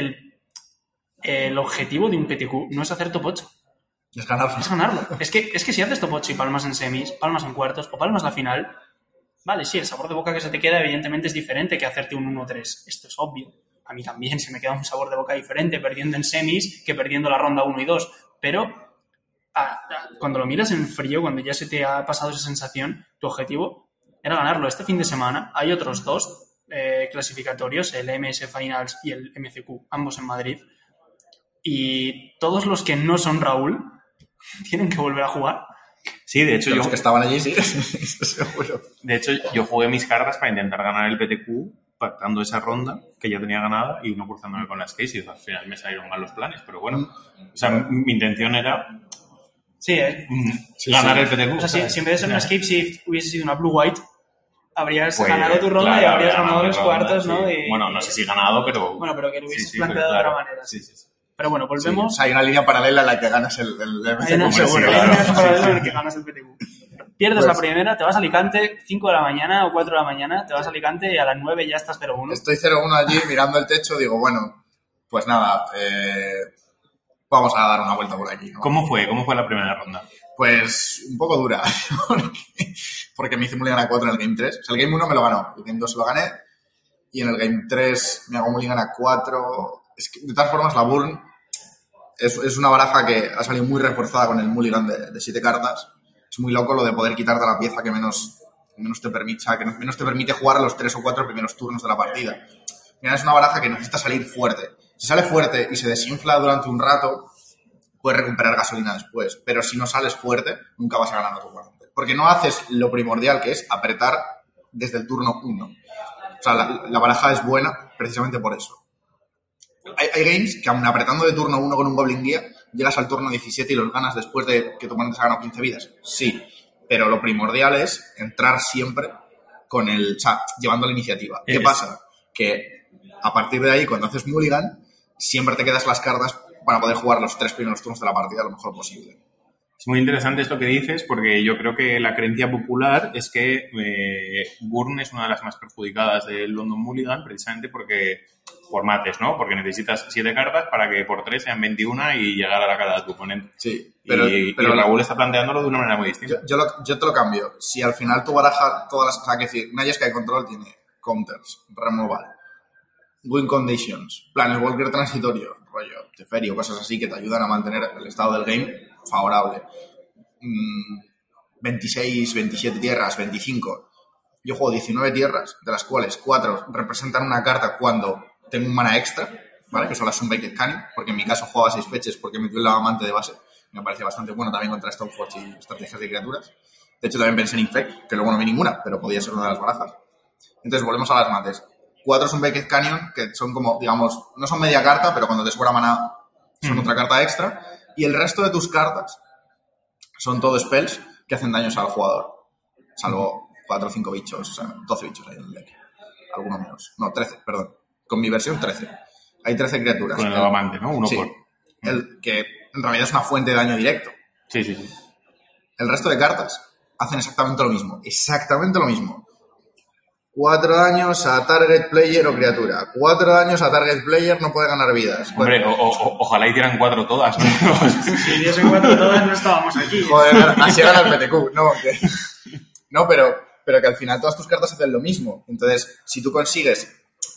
[SPEAKER 2] el objetivo de un PTQ no es hacer top 8.
[SPEAKER 3] Es ganarlo.
[SPEAKER 2] Es ganarlo. Es que si haces top 8 y palmas en semis, palmas en cuartos o palmas la final, vale, sí, el sabor de boca que se te queda evidentemente es diferente que hacerte un 1-3. Esto es obvio. A mí también se me queda un sabor de boca diferente perdiendo en semis que perdiendo la ronda 1 y 2. Pero cuando lo miras en frío, cuando ya se te ha pasado esa sensación, tu objetivo era ganarlo. Este fin de semana hay otros 2 clasificatorios, el MS Finals y el MCQ, ambos en Madrid. Y todos los que no son Raúl tienen que volver a jugar.
[SPEAKER 1] Sí, de hecho
[SPEAKER 3] los que estaban allí, sí, seguro.
[SPEAKER 1] De hecho, yo jugué mis cartas para intentar ganar el PTQ pactando esa ronda que ya tenía ganada y no cruzándome con las cases. Al final me salieron mal los planes, pero bueno. O sea, mi intención era ganar el PTQ.
[SPEAKER 2] O sea, si en vez de ser una escape shift hubiese sido una blue-white, habrías ganado tu ronda y habrías ganado los cuartos, ¿no?
[SPEAKER 1] Y... Bueno, no sé si ganado, pero...
[SPEAKER 2] Bueno, pero que lo hubieses planteado de otra manera.
[SPEAKER 1] Sí.
[SPEAKER 2] Pero bueno, volvemos...
[SPEAKER 3] Sí, o sea, hay una línea paralela en la que ganas el MCQ.
[SPEAKER 2] Hay una línea paralela en la que ganas el PTQ. Pierdes la primera, te vas a Alicante 5 de la mañana o 4 de la mañana, te vas a Alicante y a las 9 ya estás 0-1.
[SPEAKER 3] Estoy 0-1 allí mirando el techo, digo, bueno, pues nada, vamos a dar una vuelta por aquí, ¿no?
[SPEAKER 1] ¿Cómo fue la primera ronda?
[SPEAKER 3] Pues un poco dura, porque me hice Mulligan a 4 en el Game 3. O sea, el Game 1 me lo ganó, el Game 2 lo gané, y en el Game 3 me hago Mulligan a 4. Es que, de todas formas, la Burn es una baraja que ha salido muy reforzada con el Mulligan de 7 cartas. Es muy loco lo de poder quitarte la pieza que menos te permite jugar los 3 o 4 primeros turnos de la partida. Mira, es una baraja que necesita salir fuerte. Si sale fuerte y se desinfla durante un rato, puedes recuperar gasolina después. Pero si no sales fuerte, nunca vas a ganar a tu oponente. Porque no haces lo primordial, que es apretar desde el turno 1. O sea, la baraja es buena precisamente por eso. Hay games que aun apretando de turno 1 con un Goblin Guía, llegas al turno 17 y los ganas después de que tu oponente se ha ganado 15 vidas. Sí, pero lo primordial es entrar siempre con llevando la iniciativa. ¿Qué pasa? Que a partir de ahí, cuando haces Mulligan, siempre te quedas las cartas para poder jugar los 3 primeros turnos de la partida lo mejor posible.
[SPEAKER 1] Es muy interesante esto que dices, porque yo creo que la creencia popular es que Burn es una de las más perjudicadas del London Mulligan, precisamente por mates, ¿no? Porque necesitas 7 cartas para que por 3 sean 21 y llegar a la cara de tu oponente.
[SPEAKER 3] Sí,
[SPEAKER 1] pero Raúl está planteándolo de una manera muy distinta.
[SPEAKER 3] Yo te lo cambio. Si al final tu baraja, todas las... O sea, que decir, una Jeskai de control tiene counters, removal, win conditions, planes walker transitorio, rollo, Teferi o cosas así que te ayudan a mantener el estado del game favorable. 26, 27 tierras, 25. Yo juego 19 tierras, de las cuales 4 representan una carta cuando tengo un mana extra, ¿vale? Que son las Sunbaked Canyon, porque en mi caso jugaba 6 fetches porque me dio el amante de base. Me parece bastante bueno también contra Stoneforge y estrategias de criaturas. De hecho, también pensé en Infect, que luego no vi ninguna, pero podía ser una de las barajas. Entonces, volvemos a las mates. 4 Sunbaked Canyon, que son como, digamos, no son media carta, pero cuando te sobra mana son otra carta extra. Y el resto de tus cartas son todo spells que hacen daños al jugador. Salvo 4 o 5 bichos, o sea, 12 bichos hay en el deck. Alguno menos. No, 13, perdón. Con mi versión, 13. Hay 13 criaturas.
[SPEAKER 1] Con el amante, ¿no? Uno por...
[SPEAKER 3] El que en realidad es una fuente de daño directo.
[SPEAKER 1] Sí.
[SPEAKER 3] El resto de cartas hacen exactamente lo mismo. Exactamente lo mismo. 4 daños a target player o criatura. 4 daños a target player no puede ganar vidas.
[SPEAKER 1] Hombre, ojalá hicieran 4 todas, ¿no?
[SPEAKER 2] Si hiciesen 4 todas no estábamos aquí.
[SPEAKER 3] Joder, así gana el PTQ. No, pero que al final todas tus cartas hacen lo mismo. Entonces, si tú consigues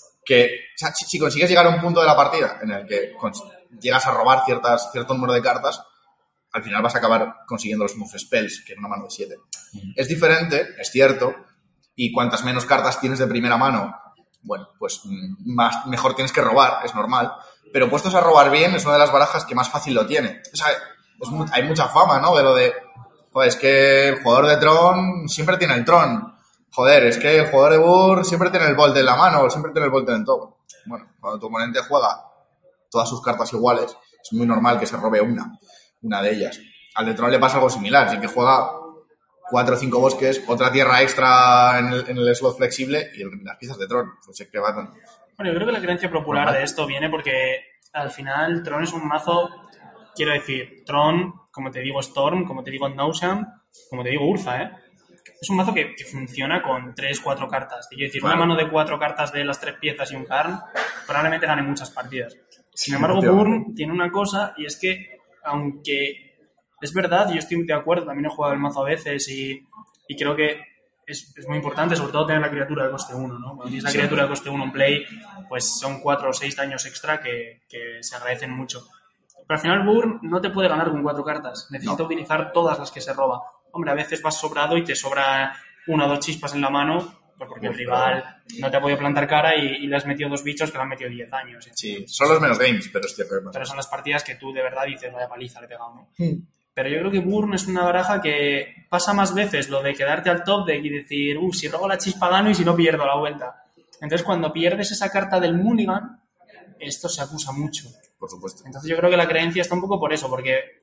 [SPEAKER 3] si consigues llegar a un punto de la partida en el que llegas a robar cierto número de cartas, al final vas a acabar consiguiendo los mismos spells que en una mano de 7. Es diferente, es cierto, y cuantas menos cartas tienes de primera mano, bueno, pues mejor tienes que robar, es normal. Pero puestos a robar bien es una de las barajas que más fácil lo tiene. O sea, hay mucha fama, ¿no? De lo de, joder, es que el jugador de Tron siempre tiene el Tron. Joder, es que el jugador de Burr siempre tiene el Bolt en la mano o siempre tiene el Bolt en el top. Bueno, cuando tu oponente juega todas sus cartas iguales, es muy normal que se robe una de ellas. Al de Tron le pasa algo similar, sí que juega 4 o 5 bosques, otra tierra extra en el slot flexible y las piezas de Tron. Pues es que va tan...
[SPEAKER 2] Bueno, yo creo que la creencia popular de esto viene porque al final Tron es un mazo, quiero decir, Tron, como te digo Storm, como te digo Nauseam, como te digo Urza, es un mazo que funciona con 3-4 cartas. Quiero decir, una mano de 4 cartas de las 3 piezas y un Karn probablemente gane muchas partidas. Sin embargo, Burn tiene una cosa, y es que, aunque es verdad, yo estoy de acuerdo, también he jugado el mazo a veces y creo que es muy importante, sobre todo tener la criatura de coste 1, ¿no? Cuando tienes la criatura de coste 1 en play, pues son 4 o 6 daños extra que se agradecen mucho. Pero al final Burn no te puede ganar con 4 cartas. Necesita utilizar todas las que se roba. Hombre, a veces vas sobrado y te sobra 1 o 2 chispas en la mano porque el rival no te ha podido plantar cara y le has metido 2 bichos que le han metido 10 años.
[SPEAKER 3] Sí, son los menos games, pero es cierto.
[SPEAKER 2] Pero son las partidas que tú de verdad dices, vaya paliza le he pegado, ¿no? Pero yo creo que Burn es una baraja que pasa más veces lo de quedarte al top y decir, si robo la chispa gano y si no pierdo la vuelta. Entonces, cuando pierdes esa carta del Mulligan, esto se acusa mucho.
[SPEAKER 3] Por supuesto.
[SPEAKER 2] Entonces, yo creo que la creencia está un poco por eso, porque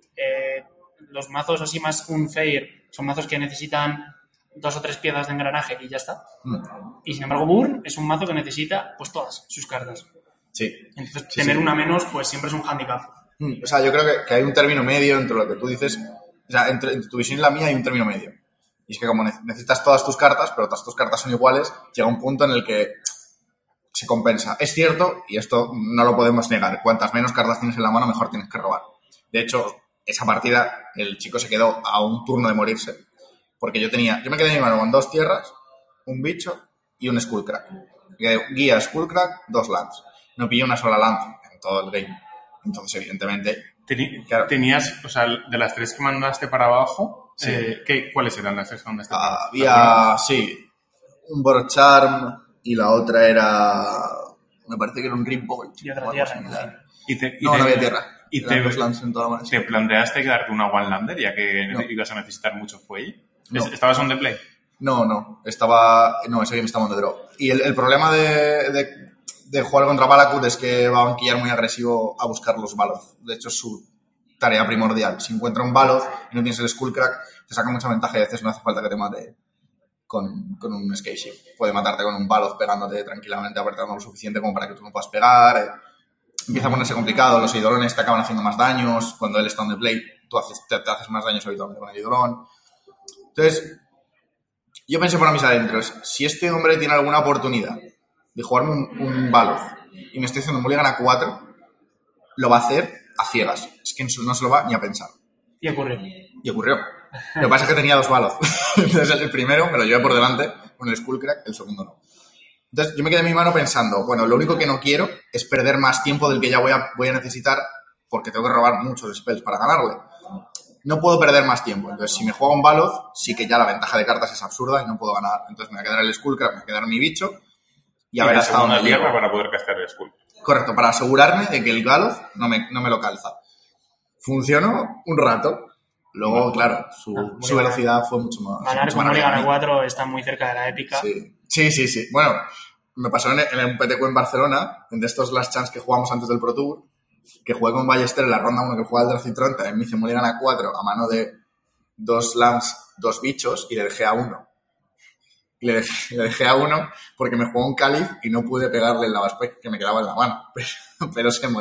[SPEAKER 2] los mazos así más unfair son mazos que necesitan 2 o 3 piezas de engranaje y ya está. Y sin embargo, Burn es un mazo que necesita pues todas sus cartas.
[SPEAKER 3] Sí.
[SPEAKER 2] Entonces, tener una menos, pues siempre es un hándicap.
[SPEAKER 3] O sea, yo creo que hay un término medio entre lo que tú dices. O sea, entre tu visión y la mía hay un término medio. Y es que como necesitas todas tus cartas, pero todas tus cartas son iguales, llega un punto en el que se compensa. Es cierto, y esto no lo podemos negar, cuantas menos cartas tienes en la mano, mejor tienes que robar. De hecho, esa partida, el chico se quedó a un turno de morirse. Porque yo me quedé en mi mano con 2 tierras, un bicho y un Skullcrack. Guía, Skullcrack, 2 lands. No pillé una sola land en todo el game. Entonces, evidentemente...
[SPEAKER 1] Claro. Tenías, o sea, de las 3 que mandaste para abajo,
[SPEAKER 3] sí.
[SPEAKER 1] ¿Cuáles eran las 3 que mandaste para abajo?
[SPEAKER 3] Había, sí, un Borocharm y la otra era... Me parece que era un Rimbolt.
[SPEAKER 2] Y otra tierra.
[SPEAKER 3] No había tierra.
[SPEAKER 1] ¿Y te planteaste quedarte una One-Lander, ya que ibas a necesitar mucho fuelle?
[SPEAKER 3] No.
[SPEAKER 1] ¿Estabas on the play?
[SPEAKER 3] No. Ese game estaba on the draw. Y el problema de jugar contra Valakut es que va a banquillar muy agresivo a buscar los Baloth. De hecho, es su tarea primordial. Si encuentra un Baloth y no tienes el Skullcrack, te saca mucha ventaja y a veces no hace falta que te mate con un Escape Shift. Puede matarte con un Baloth pegándote tranquilamente, apretando lo suficiente como para que tú no puedas pegar. Empieza a ponerse complicado. Los Eidolones te acaban haciendo más daños. Cuando él está on the play, tú te haces más daños habitualmente con el Eidolon. Entonces, yo pensé por mis adentros, si este hombre tiene alguna oportunidad de jugarme un Baloth y me estoy haciendo un Mulligan a 4, lo va a hacer a ciegas. Es que no se lo va ni a pensar.
[SPEAKER 2] Y ocurrió.
[SPEAKER 3] Lo que pasa es que tenía 2 Baloth. Entonces el primero me lo llevé por delante con el Skullcrack, el segundo no. Entonces yo me quedé en mi mano pensando, bueno, lo único que no quiero es perder más tiempo del que ya voy a necesitar porque tengo que robar muchos spells para ganarle. No puedo perder más tiempo. Entonces, si me juego un Baloth, sí que ya la ventaja de cartas es absurda y no puedo ganar. Entonces, me voy a quedar el Skullcrack, me voy a quedar mi bicho y a ver hasta dónde llego.
[SPEAKER 1] Tierra para poder castear el Skull.
[SPEAKER 3] Correcto, para asegurarme de que el Baloth no me lo calza. Funcionó un rato. Luego, claro, su velocidad fue mucho más...
[SPEAKER 2] Ganar con Mulligan a 4 está muy cerca de la épica.
[SPEAKER 3] Sí. Bueno, me pasó en un PTQ en Barcelona, de estos Last Chance que jugamos antes del Pro Tour, que jugué con Ballester en la ronda 1 que jugaba el Dracitron, también me hice Mulligan a 4 a mano de 2 Lambs, 2 bichos y le dejé a 1. Y le dejé a 1 porque me jugó un Cáliz y no pude pegarle el Lavaspec que me quedaba en la mano, pero se moría.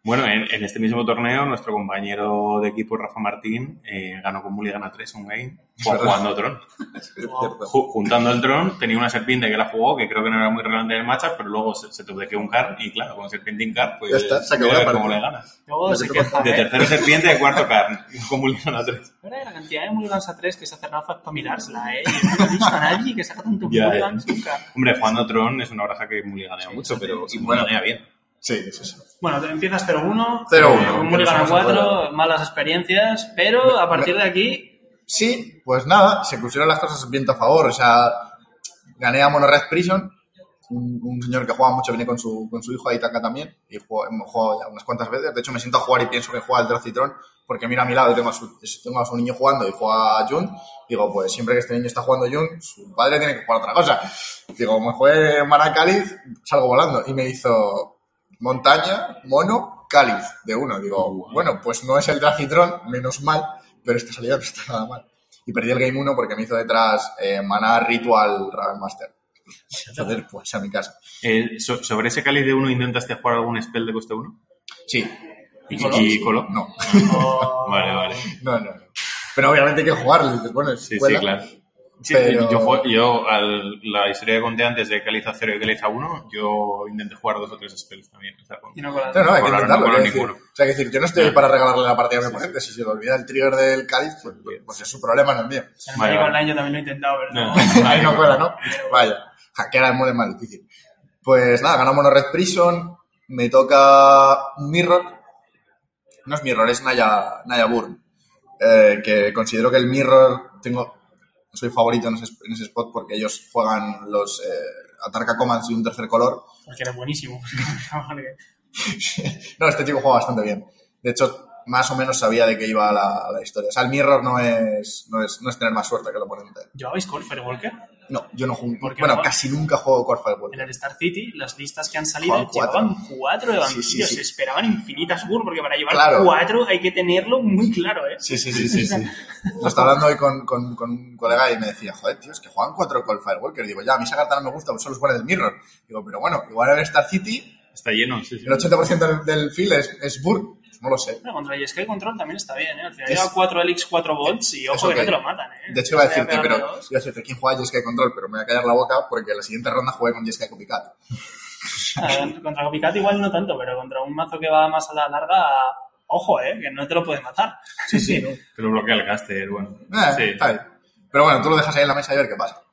[SPEAKER 1] Bueno, en este mismo torneo, nuestro compañero de equipo, Rafa Martín, ganó con Mulligan a 3 un game jugando Tron. Juntando el Tron, tenía una serpiente que la jugó, que creo que no era muy relevante en el matchup, pero luego se tubequeó un card y claro, con serpiente en card, pues
[SPEAKER 3] ya está, se acabó
[SPEAKER 1] mira
[SPEAKER 3] la
[SPEAKER 1] cómo
[SPEAKER 3] partida.
[SPEAKER 1] le ganas.
[SPEAKER 2] Luego se queja,
[SPEAKER 1] De tercero serpiente, de cuarto card, con Mulligan a 3.
[SPEAKER 2] Ahora la cantidad de mulligans a 3 que se hace Rafa es para mirársela, ¿eh? Yo no he visto a nadie que saca tantos mulligans nunca.
[SPEAKER 1] Hombre, jugando Tron es una baraja que mulliganea mucho, pero y mulliganea bien.
[SPEAKER 3] Sí.
[SPEAKER 2] Bueno, empiezas 0-1,
[SPEAKER 3] 0-1.
[SPEAKER 2] un mulligan a 4, malas experiencias, pero a partir de aquí...
[SPEAKER 3] Sí, pues nada, se pusieron las cosas viento a favor. O sea, gané a Mono Red Prison, un señor que juega mucho, viene con su hijo ahí Taka también, y hemos jugado ya unas cuantas veces. De hecho, me siento a jugar y pienso que juega el Dracitron, porque mira a mi lado y tengo a su niño jugando y juega Jun. Digo, pues siempre que este niño está jugando Jun, su padre tiene que jugar otra cosa. Digo, me juegue Mana Cáliz, salgo volando. Y me hizo montaña, mono, cáliz de uno. Digo, bueno, pues no es el Dracitron, menos mal, pero esta salida no está nada mal. Y perdí el game 1 porque me hizo detrás Mana Ritual Raven Master. Entonces, pues a mi casa.
[SPEAKER 1] ¿Sobre ese cáliz de 1 intentaste jugar algún spell de coste 1?
[SPEAKER 3] Sí.
[SPEAKER 1] ¿Y coló?
[SPEAKER 3] No.
[SPEAKER 1] Vale.
[SPEAKER 3] No. Pero obviamente hay que jugarlo. Dices, bueno,
[SPEAKER 1] Sí,
[SPEAKER 3] escuela,
[SPEAKER 1] claro. Sí,
[SPEAKER 3] pero...
[SPEAKER 1] yo la historia que conté antes de Cáliz a 0 y Cáliz a 1, yo intenté jugar 2 o 3 spells también. O sea,
[SPEAKER 2] Y no colas.
[SPEAKER 3] No, hay que intentarlo.
[SPEAKER 1] No
[SPEAKER 3] Quiero decir.
[SPEAKER 1] ninguno.
[SPEAKER 3] O sea, que decir, yo no estoy ahí para regalarle la partida a mi oponente. Si se le olvida el trigger del cáliz, pues es su problema, no es mío.
[SPEAKER 2] El Magic Online yo también lo he intentado, pero no.
[SPEAKER 3] Ahí no cuela, ¿no? Vaya. Hackear el modo es más difícil. Pues nada, ganamos Mono Red Prison. Me toca un Mirror. No es Mirror, es Naya Burn. Que considero que el Mirror soy favorito en ese spot porque ellos juegan los Atarca Commands y un tercer color.
[SPEAKER 2] Porque eres buenísimo.
[SPEAKER 3] No, este chico juega bastante bien. De hecho, más o menos sabía de qué iba la historia. O sea, el Mirror no es tener más suerte que el oponente.
[SPEAKER 2] ¿Llevabais Core Firewalker?
[SPEAKER 3] No, yo no juego.
[SPEAKER 2] ¿Por qué
[SPEAKER 3] Bueno,
[SPEAKER 2] no?
[SPEAKER 3] casi nunca juego Core Firewalker.
[SPEAKER 2] En el Star City, las listas que han salido
[SPEAKER 3] Juegan
[SPEAKER 2] llevaban 4 de vampiros.
[SPEAKER 3] Sí.
[SPEAKER 2] Se esperaban infinitas Gur, porque para llevar
[SPEAKER 3] Claro.
[SPEAKER 2] 4 hay que tenerlo muy claro, ¿eh?
[SPEAKER 3] Sí. Lo estaba hablando hoy con un colega y me decía, joder, tío, es que juegan 4 Core Firewalker. Digo, ya, a mí esa carta no me gusta, pues solo jugar el Mirror. Digo, pero bueno, igual en el Star City
[SPEAKER 1] Está lleno, sí.
[SPEAKER 3] el 80% del field es Burn. No lo sé.
[SPEAKER 2] Bueno, contra Jeskai Control también está bien, ¿eh? Al final lleva 4 Elix, 4 Volts y ojo que no te lo matan, ¿eh?
[SPEAKER 3] De hecho, iba a decirte,
[SPEAKER 2] Voy
[SPEAKER 3] pero
[SPEAKER 2] pegarle dos.
[SPEAKER 3] iba a decirte quién juega Jeskai Control, pero me voy a callar la boca porque la siguiente ronda jugué con Jeskai Copycat.
[SPEAKER 2] Contra Copycat igual no tanto, pero contra un mazo que va más a la larga, ojo, que no te lo puede matar.
[SPEAKER 3] Sí, ¿no?
[SPEAKER 1] Pero bloquea el caster, bueno. Sí.
[SPEAKER 3] Está bien. Pero bueno, tú lo dejas ahí en la mesa y a ver qué pasa.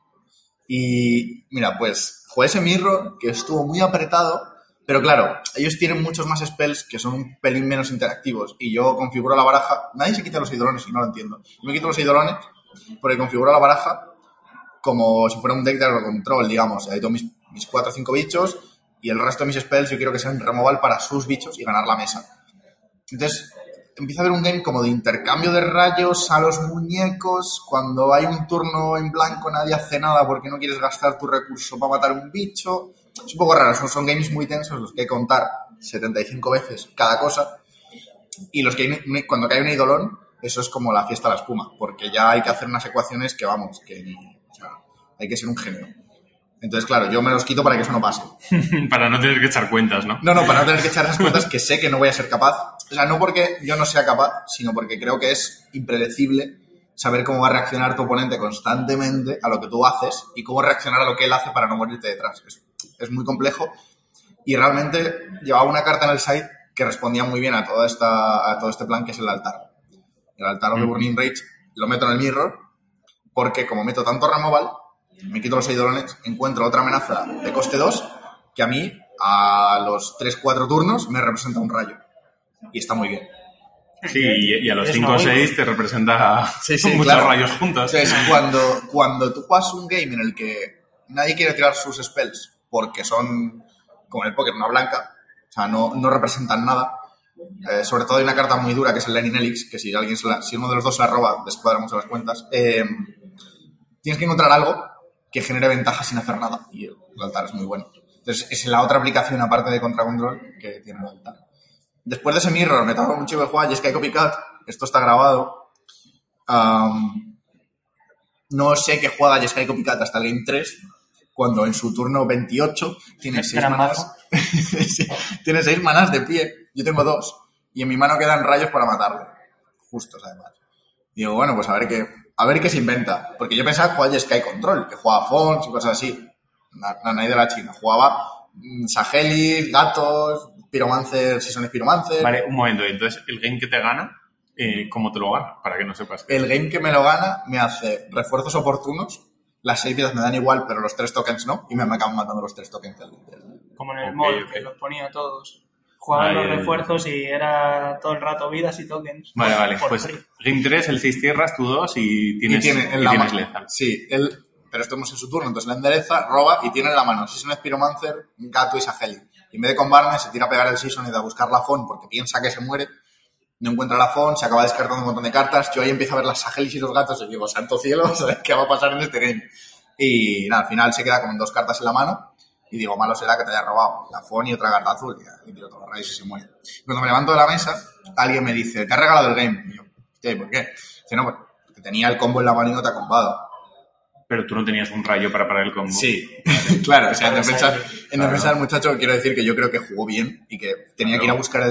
[SPEAKER 3] Y mira, pues jugué ese Mirror que estuvo muy apretado, pero claro, ellos tienen muchos más spells que son un pelín menos interactivos y yo configuro la baraja. Nadie se quita los eidolones y no lo entiendo. Yo me quito los eidolones porque configuro la baraja como si fuera un deck de agrocontrol, digamos. Ahí tengo mis 4 o 5 bichos y el resto de mis spells yo quiero que sean removal para sus bichos y ganar la mesa. Entonces empieza a haber un game como de intercambio de rayos a los muñecos. Cuando hay un turno en blanco nadie hace nada porque no quieres gastar tu recurso para matar un bicho. Es un poco raro, son games muy tensos los que hay que contar 75 veces cada cosa. Y cuando cae un eidolón, eso es como la fiesta a la espuma, porque ya hay que hacer unas ecuaciones que vamos, o sea, hay que ser un genio. Entonces, claro, yo me los quito para que eso no pase.
[SPEAKER 1] Para no tener que echar cuentas, ¿no?
[SPEAKER 3] No, para no tener que echar esas cuentas que sé que no voy a ser capaz. O sea, no porque yo no sea capaz, sino porque creo que es impredecible saber cómo va a reaccionar tu oponente constantemente a lo que tú haces y cómo reaccionar a lo que él hace para no morirte detrás. Es muy complejo y realmente llevaba una carta en el side que respondía muy bien a todo este plan que es el altar. El altar de Burning Rage lo meto en el Mirror porque como meto tanto removal, me quito los eidolones, encuentro otra amenaza de coste 2 que a mí, a los 3-4 turnos, me representa un rayo. Y está muy bien.
[SPEAKER 1] Sí, y a los 5 o 6 te representa muchos
[SPEAKER 3] claro.
[SPEAKER 1] rayos juntos.
[SPEAKER 3] Entonces, cuando tú juegas un game en el que nadie quiere tirar sus spells porque son, como en el póker, una blanca, o sea, no representan nada, sobre todo hay una carta muy dura que es el Lenin Elix, que si uno de los dos se la roba, descuadra mucho las cuentas, tienes que encontrar algo que genere ventaja sin hacer nada, y el altar es muy bueno. Entonces, es la otra aplicación, aparte de Contra Control, que tiene el altar. Después de ese Mirror, me tocó un chico de jugar Jeskai Copycat, esto está grabado. No sé qué juega Jeskai Copycat hasta el Game 3, cuando en su turno 28 tiene 6
[SPEAKER 2] Gran
[SPEAKER 3] manas.
[SPEAKER 2] mazo.
[SPEAKER 3] Sí, tiene 6 manas de pie. Yo tengo 2. Y en mi mano quedan rayos para matarle. Justos, además. Digo, bueno, pues a ver qué se inventa. Porque yo pensaba que jugaba Sky Control, que jugaba Fons y cosas así. Nadie de la China. Jugaba Sahelis, gatos, Pyromancer, si son Pyromancer.
[SPEAKER 1] Vale, un momento. Entonces, el game que te gana, ¿cómo te lo gana? Para que no sepas.
[SPEAKER 3] El game que me lo gana me hace refuerzos oportunos. Las 6 piezas me dan igual, pero los 3 tokens no. Y me acaban matando los 3 tokens del...
[SPEAKER 2] Como en el
[SPEAKER 1] Ok,
[SPEAKER 2] mod,
[SPEAKER 1] ok.
[SPEAKER 2] que los ponía a todos. Jugaban los refuerzos y era todo el rato vidas y tokens.
[SPEAKER 1] Vale.
[SPEAKER 2] Por
[SPEAKER 1] Pues
[SPEAKER 2] free.
[SPEAKER 1] game 3, el 6 tierras, tú 2 y tienes,
[SPEAKER 3] tiene en
[SPEAKER 1] y
[SPEAKER 3] la
[SPEAKER 1] tienes
[SPEAKER 3] mano.
[SPEAKER 1] lethal.
[SPEAKER 3] Sí, pero estamos en su turno, entonces la endereza, roba y tiene en la mano Season Pyromancer, Gato y Saheli. Y en vez de combarme, se tira a pegar el Season y da a buscar la Fon porque piensa que se muere. No encuentra la Fon, se acaba descartando un montón de cartas. Yo ahí empiezo a ver las Sahelis y los gatos y digo, santo cielo, ¿sabes qué va a pasar en este game? Y nada, al final se queda con 2 cartas en la mano. Y digo, malo será que te haya robado la Fon y otra carta azul. Y tiro todos los rayos y se muere. Y cuando me levanto de la mesa, alguien me dice, te has regalado el game. Y yo, hostia, ¿y por qué? Dice, no, porque tenía el combo en la mano y no te ha combado.
[SPEAKER 1] Pero tú no tenías un rayo para parar el combo.
[SPEAKER 3] Sí, claro, o sea, en defensa
[SPEAKER 1] Claro.
[SPEAKER 3] del muchacho quiero decir que yo creo que jugó bien y que tenía que ir a buscar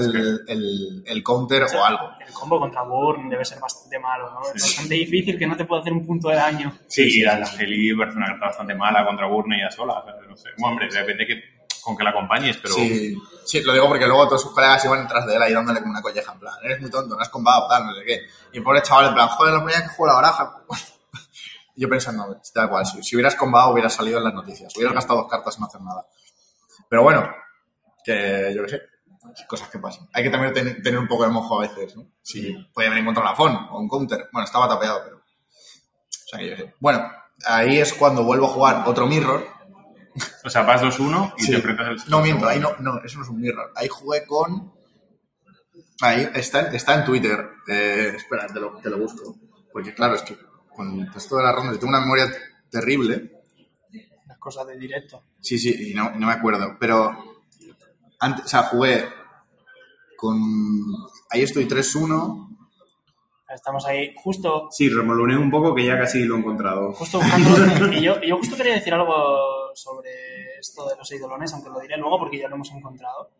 [SPEAKER 3] el counter o algo.
[SPEAKER 2] El combo contra Burn debe ser bastante malo, ¿no? Es bastante difícil que no te pueda hacer un punto de daño.
[SPEAKER 1] Sí, y la Heli parece una carta bastante mala contra Burne y a sola. No sé. Bueno, hombre, depende con que la acompañes, pero...
[SPEAKER 3] Sí, lo digo porque luego todos sus colegas iban detrás de él ahí dándole como una colleja, en plan, eres muy tonto, no has combado, tal, no sé qué. Y el pobre chaval, en plan, joder, la primera vez que juego la baraja. Y yo pensando, tal cual, si hubieras combado hubieras salido en las noticias, hubieras gastado 2 cartas y no hacer nada. Pero bueno, que yo qué sé, cosas que pasan. Hay que también tener un poco de mojo a veces, ¿no? Sí, podía haber encontrado la Fon o un counter. Bueno, estaba tapeado, pero... O sea, que yo qué sé. Bueno, ahí es cuando vuelvo a jugar otro mirror.
[SPEAKER 1] O sea, vas 2-1 y
[SPEAKER 3] Sí.
[SPEAKER 1] te enfrentas al...
[SPEAKER 3] No, miento, ahí no, eso no es un mirror. Ahí jugué con... Ahí, está en Twitter. Espera, te lo busco. Porque claro, es que con esto de las rondas, yo tengo una memoria terrible.
[SPEAKER 2] Las cosas del directo.
[SPEAKER 3] Sí, y no me acuerdo. Pero antes, o sea, jugué con... Ahí estoy 3-1.
[SPEAKER 2] Estamos ahí justo
[SPEAKER 1] Sí, remoloné un poco que ya casi lo he encontrado.
[SPEAKER 2] buscando. Y yo justo quería decir algo sobre esto de los eidolones, aunque lo diré luego porque ya lo hemos encontrado.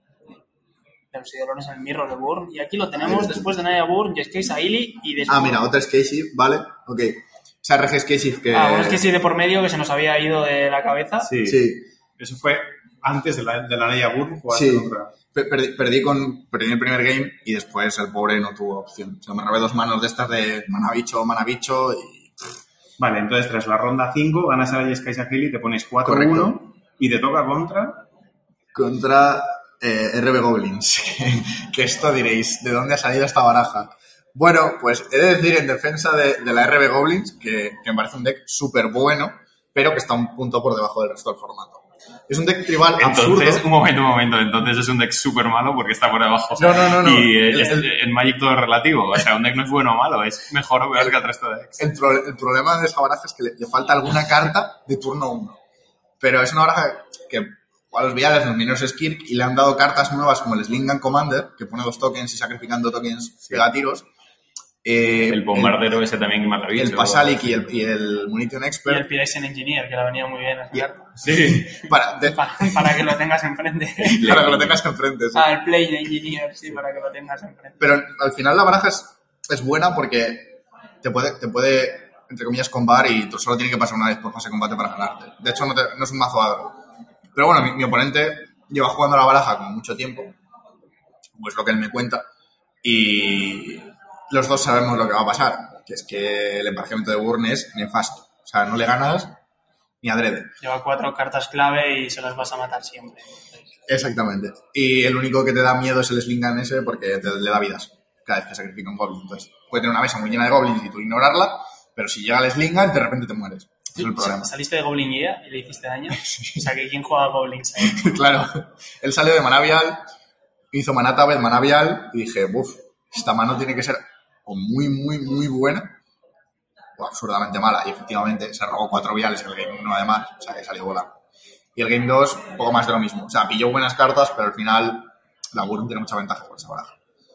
[SPEAKER 2] De los eidolones en el mirror de Burn. Y aquí lo tenemos después de Naya Burn, Jeskai Saili y después...
[SPEAKER 3] Ah, mira, otra Skyshift, vale, ok. O sea, RG Skyshift que...
[SPEAKER 2] bueno, es que sí de por medio que se nos había ido de la cabeza.
[SPEAKER 1] Sí.
[SPEAKER 3] Sí,
[SPEAKER 1] Eso fue antes de la Naya Burn.
[SPEAKER 3] sí. Perdí el primer game y después el pobre no tuvo opción. O sea, me robé 2 manos de estas de mana bicho y...
[SPEAKER 1] Vale, entonces tras la ronda 5 ganas a la Sky Saheli, te pones 4-1
[SPEAKER 3] Correcto.
[SPEAKER 1] y te toca contra...
[SPEAKER 3] Contra RB Goblins. Que esto diréis, ¿de dónde ha salido esta baraja? Bueno, pues he de decir en defensa de la RB Goblins que me parece un deck súper bueno, pero que está un punto por debajo del resto del formato. Es un deck tribal
[SPEAKER 1] Entonces,
[SPEAKER 3] absurdo.
[SPEAKER 1] un momento. Entonces es un deck súper malo porque está por debajo.
[SPEAKER 3] No.
[SPEAKER 1] Y en Magic todo es relativo. O sea, un deck no es bueno o malo, es mejor o peor que el resto de decks.
[SPEAKER 3] El problema de esa baraja es que le falta alguna carta de turno 1. Pero es una baraja que a los viales los mineros Skirk y le han dado cartas nuevas como el Slingan Commander, que pone 2 tokens y sacrificando tokens pega tiros.
[SPEAKER 1] El bombardero ese también que mata bichos.
[SPEAKER 3] El Pasalic y el Munition
[SPEAKER 2] Y
[SPEAKER 3] Expert.
[SPEAKER 2] el Pyrexian Engineer, que le venía muy bien.
[SPEAKER 1] Sí.
[SPEAKER 2] Para que lo tengas enfrente.
[SPEAKER 3] Para que lo tengas enfrente, sí.
[SPEAKER 2] El Plane Engineer, sí, para que lo tengas enfrente.
[SPEAKER 3] Pero al final la baraja es buena porque te puede, entre comillas, combar y tú solo tienes que pasar una vez por fase de combate para ganarte. De hecho, no es un mazo agro. Pero bueno, mi oponente lleva jugando a la baraja con mucho tiempo, pues lo que él me cuenta, y los dos sabemos lo que va a pasar, que es que el emparejamiento de Burn es nefasto. O sea, no le ganas ni adrede.
[SPEAKER 2] Lleva 4 cartas clave y se las vas a matar siempre.
[SPEAKER 3] Exactamente. Y el único que te da miedo es el Slingan ese porque le da vidas cada vez que sacrifica un Goblin. Entonces, puede tener una mesa muy llena de Goblins y tú ignorarla, pero si llega el Slingan, de repente te mueres. Ese es el problema.
[SPEAKER 2] ¿Saliste de Goblin Guía y le hiciste daño? O sea, que ¿quién juega Goblins ahí?
[SPEAKER 3] Claro. Él salió de Manavial, hizo Manatabel, Manavial, y dije, uff, esta mano tiene que ser o muy, muy, muy buena o absurdamente mala. Y efectivamente se robó 4 viales en el Game 1 además, o sea, que salió volando. Y el Game 2, un poco más de lo mismo. O sea, pilló buenas cartas, pero al final la Burn tiene mucha ventaja por esa baraja.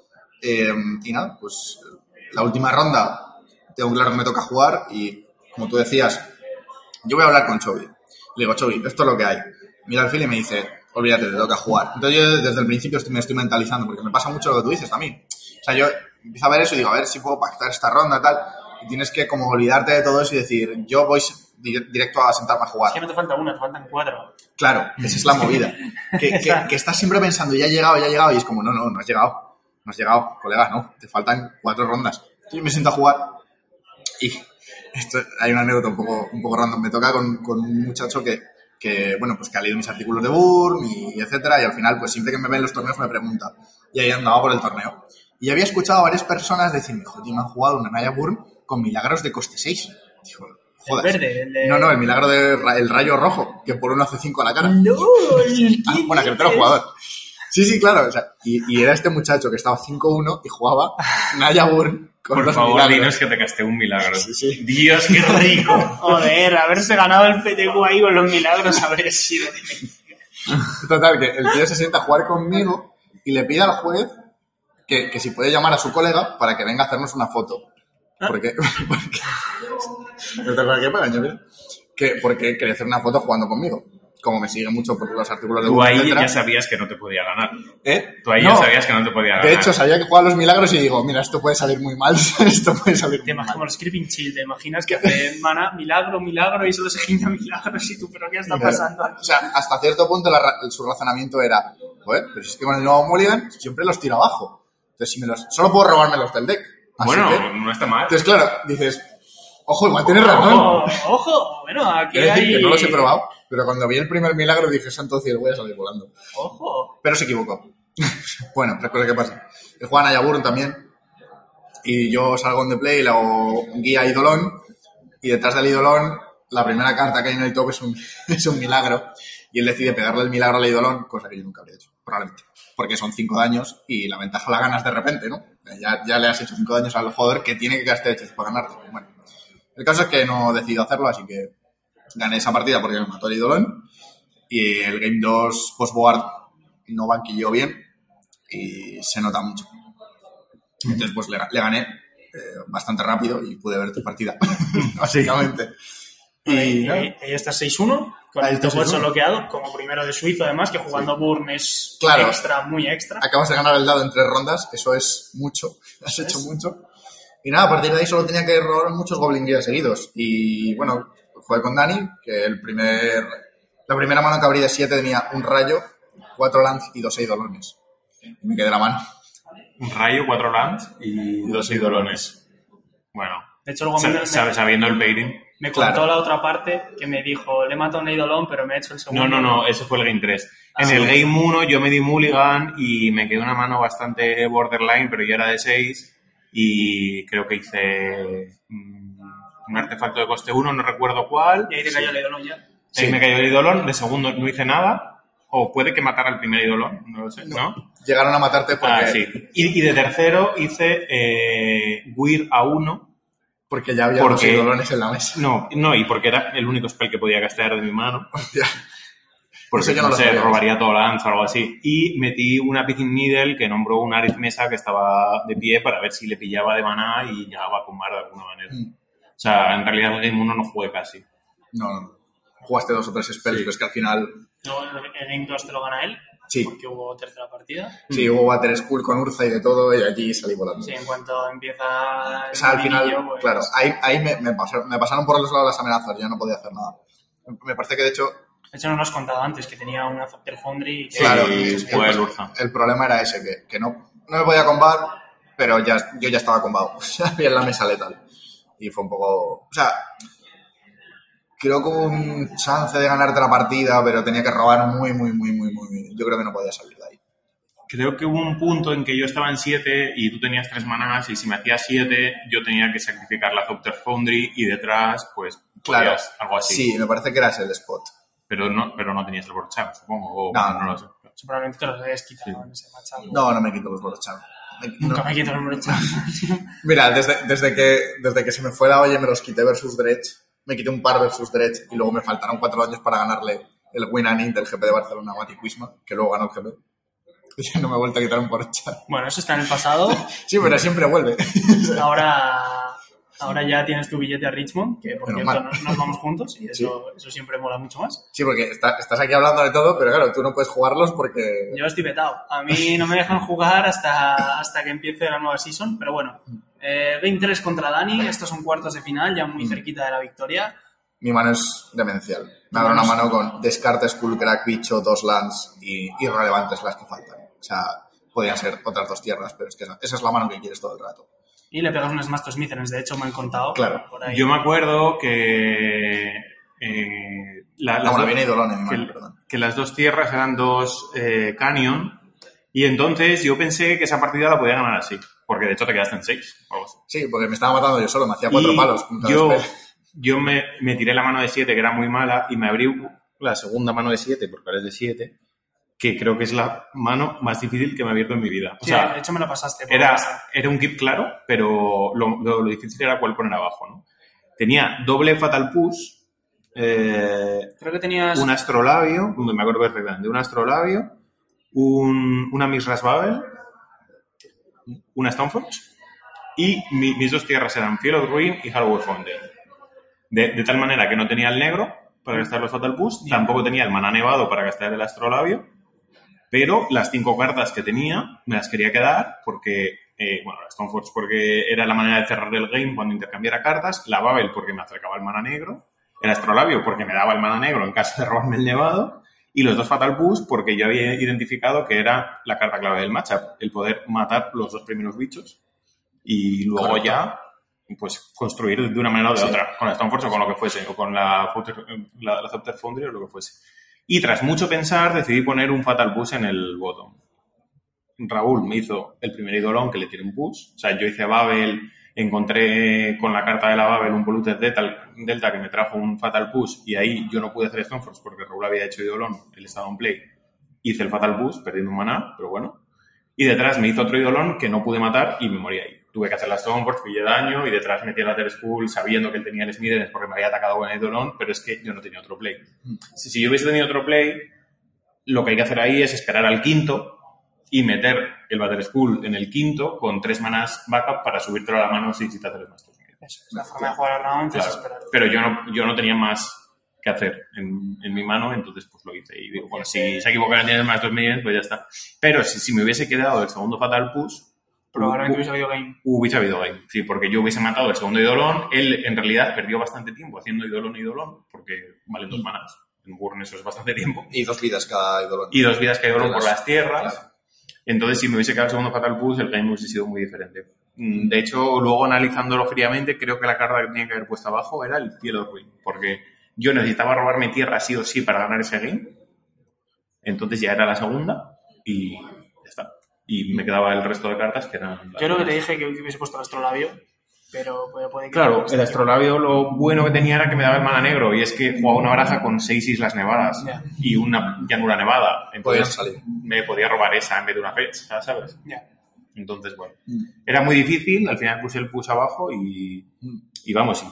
[SPEAKER 3] Y nada, pues la última ronda tengo claro que me toca jugar y, como tú decías, yo voy a hablar con Chovy. Le digo, Chobi, esto es lo que hay. Mira el feel y me dice, olvídate, te toca jugar. Entonces yo desde el principio me estoy mentalizando, porque me pasa mucho lo que tú dices también. O sea, yo empiezo a ver eso y digo, a ver si puedo pactar esta ronda, tal. Y tienes que como olvidarte de todo eso y decir, yo voy directo a sentarme a jugar.
[SPEAKER 2] Es que no te falta una, te faltan 4.
[SPEAKER 3] Claro, esa es la movida. Que estás siempre pensando, ya he llegado, y es como, no has llegado, colega, no, te faltan 4 rondas. Yo me siento a jugar y esto, hay una anécdota un poco random. Me toca con un muchacho que, bueno, pues que ha leído mis artículos de Burn y etcétera, y al final, pues siempre que me ve en los torneos me pregunta, y ahí andaba por el torneo. Y había escuchado a varias personas decirme, joder, me han jugado una Naya Burn con milagros de coste 6. Digo, jodas.
[SPEAKER 2] El verde, el de...
[SPEAKER 3] No, el milagro del rayo rojo, que por uno hace 5 a la cara.
[SPEAKER 2] ¡No!
[SPEAKER 3] Bueno, que otro jugador. Sí, claro. O sea, y era este muchacho que estaba 5-1 y jugaba Naya Burn con
[SPEAKER 1] por
[SPEAKER 3] los
[SPEAKER 1] favor,
[SPEAKER 3] milagros.
[SPEAKER 1] dinos que te casté un milagro.
[SPEAKER 3] Sí.
[SPEAKER 1] Dios, qué rico.
[SPEAKER 2] Joder, haberse ganado el PTQ ahí con los milagros habría sido...
[SPEAKER 3] Total, que el tío se sienta a jugar conmigo y le pide al juez que si puede llamar a su colega para que venga a hacernos una foto. Porque no te acuerdas qué para mira. Porque quería hacer una foto jugando conmigo. Como me sigue mucho por los artículos de
[SPEAKER 1] Tú
[SPEAKER 3] Google,
[SPEAKER 1] ahí
[SPEAKER 3] etcétera.
[SPEAKER 1] ya sabías que no te podía ganar. Tú ahí
[SPEAKER 3] No.
[SPEAKER 1] ya sabías que no te podía ganar.
[SPEAKER 3] De hecho, sabía que jugaba los milagros y digo, mira, esto puede salir muy mal, esto puede salir
[SPEAKER 2] Te
[SPEAKER 3] muy
[SPEAKER 2] imaginas
[SPEAKER 3] mal.
[SPEAKER 2] como los Creeping Chill, te imaginas que hace mana, milagro y solo se gira milagros y tú, pero ¿qué está pasando aquí?
[SPEAKER 3] O sea, hasta cierto punto su razonamiento era, joder, pero si es que con el nuevo Mulligan siempre los tiro abajo. Entonces, solo puedo robármelos del deck. Así
[SPEAKER 1] Bueno,
[SPEAKER 3] que,
[SPEAKER 1] no está mal.
[SPEAKER 3] entonces, claro, dices, ojo, igual tienes razón.
[SPEAKER 2] Ojo, bueno, aquí
[SPEAKER 3] Quiero decir
[SPEAKER 2] hay...
[SPEAKER 3] que no los he probado, pero cuando vi el primer milagro dije, santo cielo, voy a salir volando.
[SPEAKER 2] Ojo.
[SPEAKER 3] Pero se equivocó. Bueno, las cosas que pasan. El Juan Naya Burn también. Y yo salgo en the play, le hago guía Eidolon. Y detrás del Eidolon, la primera carta que hay en el top es un milagro. Y él decide pegarle el milagro al Eidolon, cosa que yo nunca habría hecho, probablemente. Porque son 5 daños y la ventaja la ganas de repente, ¿no? Ya le has hecho 5 daños al jugador que tiene que gastar hechos para ganarte. Bueno, el caso es que no decido hacerlo, así que gané esa partida porque me mató el Eidolon. Y el Game 2 post-board no banquilló bien y se nota mucho. Entonces, pues le gané bastante rápido y pude ver tu partida, básicamente. Y
[SPEAKER 2] Ahí estás 6-1, con
[SPEAKER 3] Ahí
[SPEAKER 2] el
[SPEAKER 3] está
[SPEAKER 2] top 8
[SPEAKER 3] 6-1.
[SPEAKER 2] bloqueado, como primero de Suizo, además, que jugando Burn es
[SPEAKER 3] Claro.
[SPEAKER 2] muy extra.
[SPEAKER 3] acabas de ganar el dado en 3 rondas, eso es mucho, has hecho mucho. Y nada, a partir de ahí solo tenía que robar muchos Goblin Gear seguidos. Y bueno, jugué con Dani, que la primera mano que abrí de 7 tenía un rayo, 4 lands y 2 eidolones. Y me quedé la mano.
[SPEAKER 1] Un rayo, 4 lands y 2 eidolones. Bueno,
[SPEAKER 2] De hecho, luego
[SPEAKER 1] sabiendo el baiting.
[SPEAKER 2] me contó
[SPEAKER 3] Claro.
[SPEAKER 2] la otra parte que me dijo, le he matado a un Eidolon, pero me ha hecho el segundo.
[SPEAKER 1] No, eso fue el Game 3. En
[SPEAKER 2] sí.
[SPEAKER 1] el Game 1 yo me di Mulligan y me quedé una mano bastante borderline, pero yo era de 6 y creo que hice un artefacto de coste 1, no recuerdo cuál.
[SPEAKER 2] Y ahí te cayó el Eidolon ya.
[SPEAKER 1] Sí, me cayó el Eidolon, de segundo no hice nada, o puede que matara al primer Eidolon, no lo sé, ¿no?
[SPEAKER 3] Llegaron a matarte porque,
[SPEAKER 1] Sí. Y de tercero hice Weir a 1.
[SPEAKER 3] porque ya había
[SPEAKER 1] Porque-
[SPEAKER 3] 2 eidolones en la mesa.
[SPEAKER 1] No, y porque era el único spell que podía castear de mi mano.
[SPEAKER 3] Hostia.
[SPEAKER 1] Porque,
[SPEAKER 3] Eso yo no
[SPEAKER 1] no
[SPEAKER 3] lo
[SPEAKER 1] sé,
[SPEAKER 3] sabía.
[SPEAKER 1] robaría todo lance o algo así. Y metí una Picking Needle que nombró una aritmesa que estaba de pie para ver si le pillaba de maná y llegaba a combar de alguna manera. O sea, en realidad el Game 1 no jugué casi.
[SPEAKER 3] No. Jugaste 2 o 3 spells, pero es que al final...
[SPEAKER 2] Luego el Game 2 te lo gana él,
[SPEAKER 3] Sí,
[SPEAKER 2] porque hubo tercera partida.
[SPEAKER 3] sí, hubo Water School con Urza y de todo y allí salí volando.
[SPEAKER 2] Sí, en cuanto empieza...
[SPEAKER 3] O sea, al
[SPEAKER 2] el
[SPEAKER 3] final,
[SPEAKER 2] vinillo, pues,
[SPEAKER 3] claro, ahí me pasaron por los lados las amenazas, ya no podía hacer nada. Me parece que, de hecho,
[SPEAKER 2] De hecho, no nos has contado antes que tenía una Factor Foundry y que...
[SPEAKER 3] claro,
[SPEAKER 1] y
[SPEAKER 3] y
[SPEAKER 1] fue el Urza.
[SPEAKER 3] el problema era ese, que no me podía combar, pero yo ya estaba combado. O sea, había en la mesa letal. Y fue un poco... O sea, creo que hubo un chance de ganarte la partida, pero tenía que robar muy. Yo creo que no podía salir de ahí.
[SPEAKER 1] Creo que hubo un punto en que yo estaba en 7 y tú tenías 3 manás y si me hacías 7 yo tenía que sacrificar la Factor Foundry y detrás, pues,
[SPEAKER 3] Claro,
[SPEAKER 1] podías algo así.
[SPEAKER 3] sí, me parece que era ese el spot.
[SPEAKER 1] Pero no tenías el board champ, supongo. O,
[SPEAKER 3] No.
[SPEAKER 1] no lo sé.
[SPEAKER 2] Probablemente te los habías quitado en ese matchup.
[SPEAKER 3] No me quito los borrachos.
[SPEAKER 2] Nunca me quito los brochazos.
[SPEAKER 3] Mira, desde que se me fue la olla y me los quité versus Dredge, me quité un par versus Dredge y luego me faltaron 4 años para ganarle el win and int del GP de Barcelona a Mati Quisma, que luego ganó el GP. Y ya no me he vuelto a quitar un por chat.
[SPEAKER 2] Bueno, eso está en el pasado.
[SPEAKER 3] Sí, pero siempre vuelve.
[SPEAKER 2] Ahora Ahora ya tienes tu billete a Richmond, que por
[SPEAKER 3] Menos
[SPEAKER 2] cierto
[SPEAKER 3] mal.
[SPEAKER 2] nos vamos juntos y eso siempre mola mucho más.
[SPEAKER 3] Sí, porque estás aquí hablando de todo, pero claro, tú no puedes jugarlos porque...
[SPEAKER 2] Yo estoy vetado. A mí no me dejan jugar hasta que empiece la nueva season, pero bueno. Game 3 contra Dani, estos son cuartos de final, ya muy cerquita de la victoria.
[SPEAKER 3] Mi mano es demencial. Me abre una mano con Descartes, Skullcrack, Bicho, 2 lands y irrelevantes las que faltan. O sea, podrían ser otras 2 tierras, pero es que esa es la mano que quieres todo el rato.
[SPEAKER 2] Y le pegas unas Smash Smithers, de hecho me han contado.
[SPEAKER 3] Claro.
[SPEAKER 2] Por ahí.
[SPEAKER 1] Yo me acuerdo que...
[SPEAKER 3] viene Eidolon en mi mano, perdón.
[SPEAKER 1] Que las 2 tierras eran 2 Canyon, y entonces yo pensé que esa partida la podía ganar así, porque de hecho te quedaste en 6 o algo así.
[SPEAKER 3] Sí, porque me estaba matando yo solo, me hacía 4 palos. Con cada
[SPEAKER 1] Yo me tiré la mano de 7, que era muy mala, y me abrí la segunda mano de 7, porque ahora es de 7, que creo que es la mano más difícil que me he abierto en mi vida. O sea,
[SPEAKER 2] de hecho me la pasaste.
[SPEAKER 1] era un kit claro, pero lo difícil era cuál poner abajo, ¿no? Tenía doble Fatal Push,
[SPEAKER 2] creo que tenías
[SPEAKER 1] un Astrolabio, me acuerdo perfectamente, un Astrolabio, una Mishra's Babel, una Stoneforge, y mis 2 tierras eran Field of Ruin y Hallowed Fountain. De tal manera que no tenía el negro para gastar los Fatal Push, tampoco tenía el Maná Nevado para gastar el Astrolabio, pero las 5 cartas que tenía me las quería quedar porque, la Stoneforge porque era la manera de cerrar el game cuando intercambiara cartas, la Babel porque me acercaba el Maná Negro, el Astrolabio porque me daba el Maná Negro en caso de robarme el Nevado, y los 2 Fatal Push porque yo había identificado que era la carta clave del matchup, el poder matar los 2 primeros bichos y luego ya pues construir de una manera o de otra, con la Stoneforge o con lo que fuese, o con la Scepter Foundry o lo que fuese. Y tras mucho pensar decidí poner un Fatal Push en el bottom. Raúl me hizo el primer Eidolon que le tiene un push, o sea, yo hice Babel, encontré con la carta de la Babel un Polluted Delta que me trajo un Fatal Push y ahí yo no pude hacer Stoneforge porque Raúl había hecho Eidolon, él estaba en play, hice el Fatal Push perdiendo un maná, pero bueno, y detrás me hizo otro Eidolon que no pude matar y me morí ahí. Tuve que hacer la Stoneforge, pillé daño y detrás metí el Later School sabiendo que él tenía el Smithereens porque me había atacado con el Eidolon, pero es que yo no tenía otro play. Si yo hubiese tenido otro play, lo que hay que hacer ahí es esperar al quinto y meter el Later School en el quinto con 3 manás backup para subírtelo a la mano si te haces el Master Smith.
[SPEAKER 2] Eso es la forma de jugar al round,
[SPEAKER 1] Claro,
[SPEAKER 2] es esperar.
[SPEAKER 1] pero yo no tenía más que hacer en mi mano, entonces pues lo hice. Y digo, bueno, si se equivocara en el Master Smith, pues ya está. Pero si me hubiese quedado el segundo Fatal Push,
[SPEAKER 2] probablemente hubiese habido game.
[SPEAKER 1] Hubiese habido game, sí, porque yo hubiese matado el segundo Eidolon. Él, en realidad, perdió bastante tiempo haciendo Eidolon, porque valen 2 manás. En Burn eso es bastante tiempo.
[SPEAKER 3] Y 2 vidas cada Eidolon.
[SPEAKER 1] Y 2 vidas que Eidolon por las tierras.
[SPEAKER 3] Claro.
[SPEAKER 1] Entonces, si me hubiese quedado el segundo Fatal Push, el game hubiese sido muy diferente. De hecho, luego analizándolo fríamente, creo que la carta que tenía que haber puesto abajo era el Field of Ruin, porque yo necesitaba robarme tierra sí o sí para ganar ese game. Entonces ya era la segunda y ya está. Y me quedaba el resto de cartas que eran...
[SPEAKER 2] Yo creo que te dije que hubiese puesto el Astrolabio, pero puede que...
[SPEAKER 1] Claro, el Astrolabio lo bueno que tenía era que me daba el mana negro y es que jugaba una baraja con 6 islas nevadas y una llanura nevada. Entonces me podía robar esa en vez de una fecha, ¿sabes? Entonces, bueno, era muy difícil, al final puse el push abajo y vamos,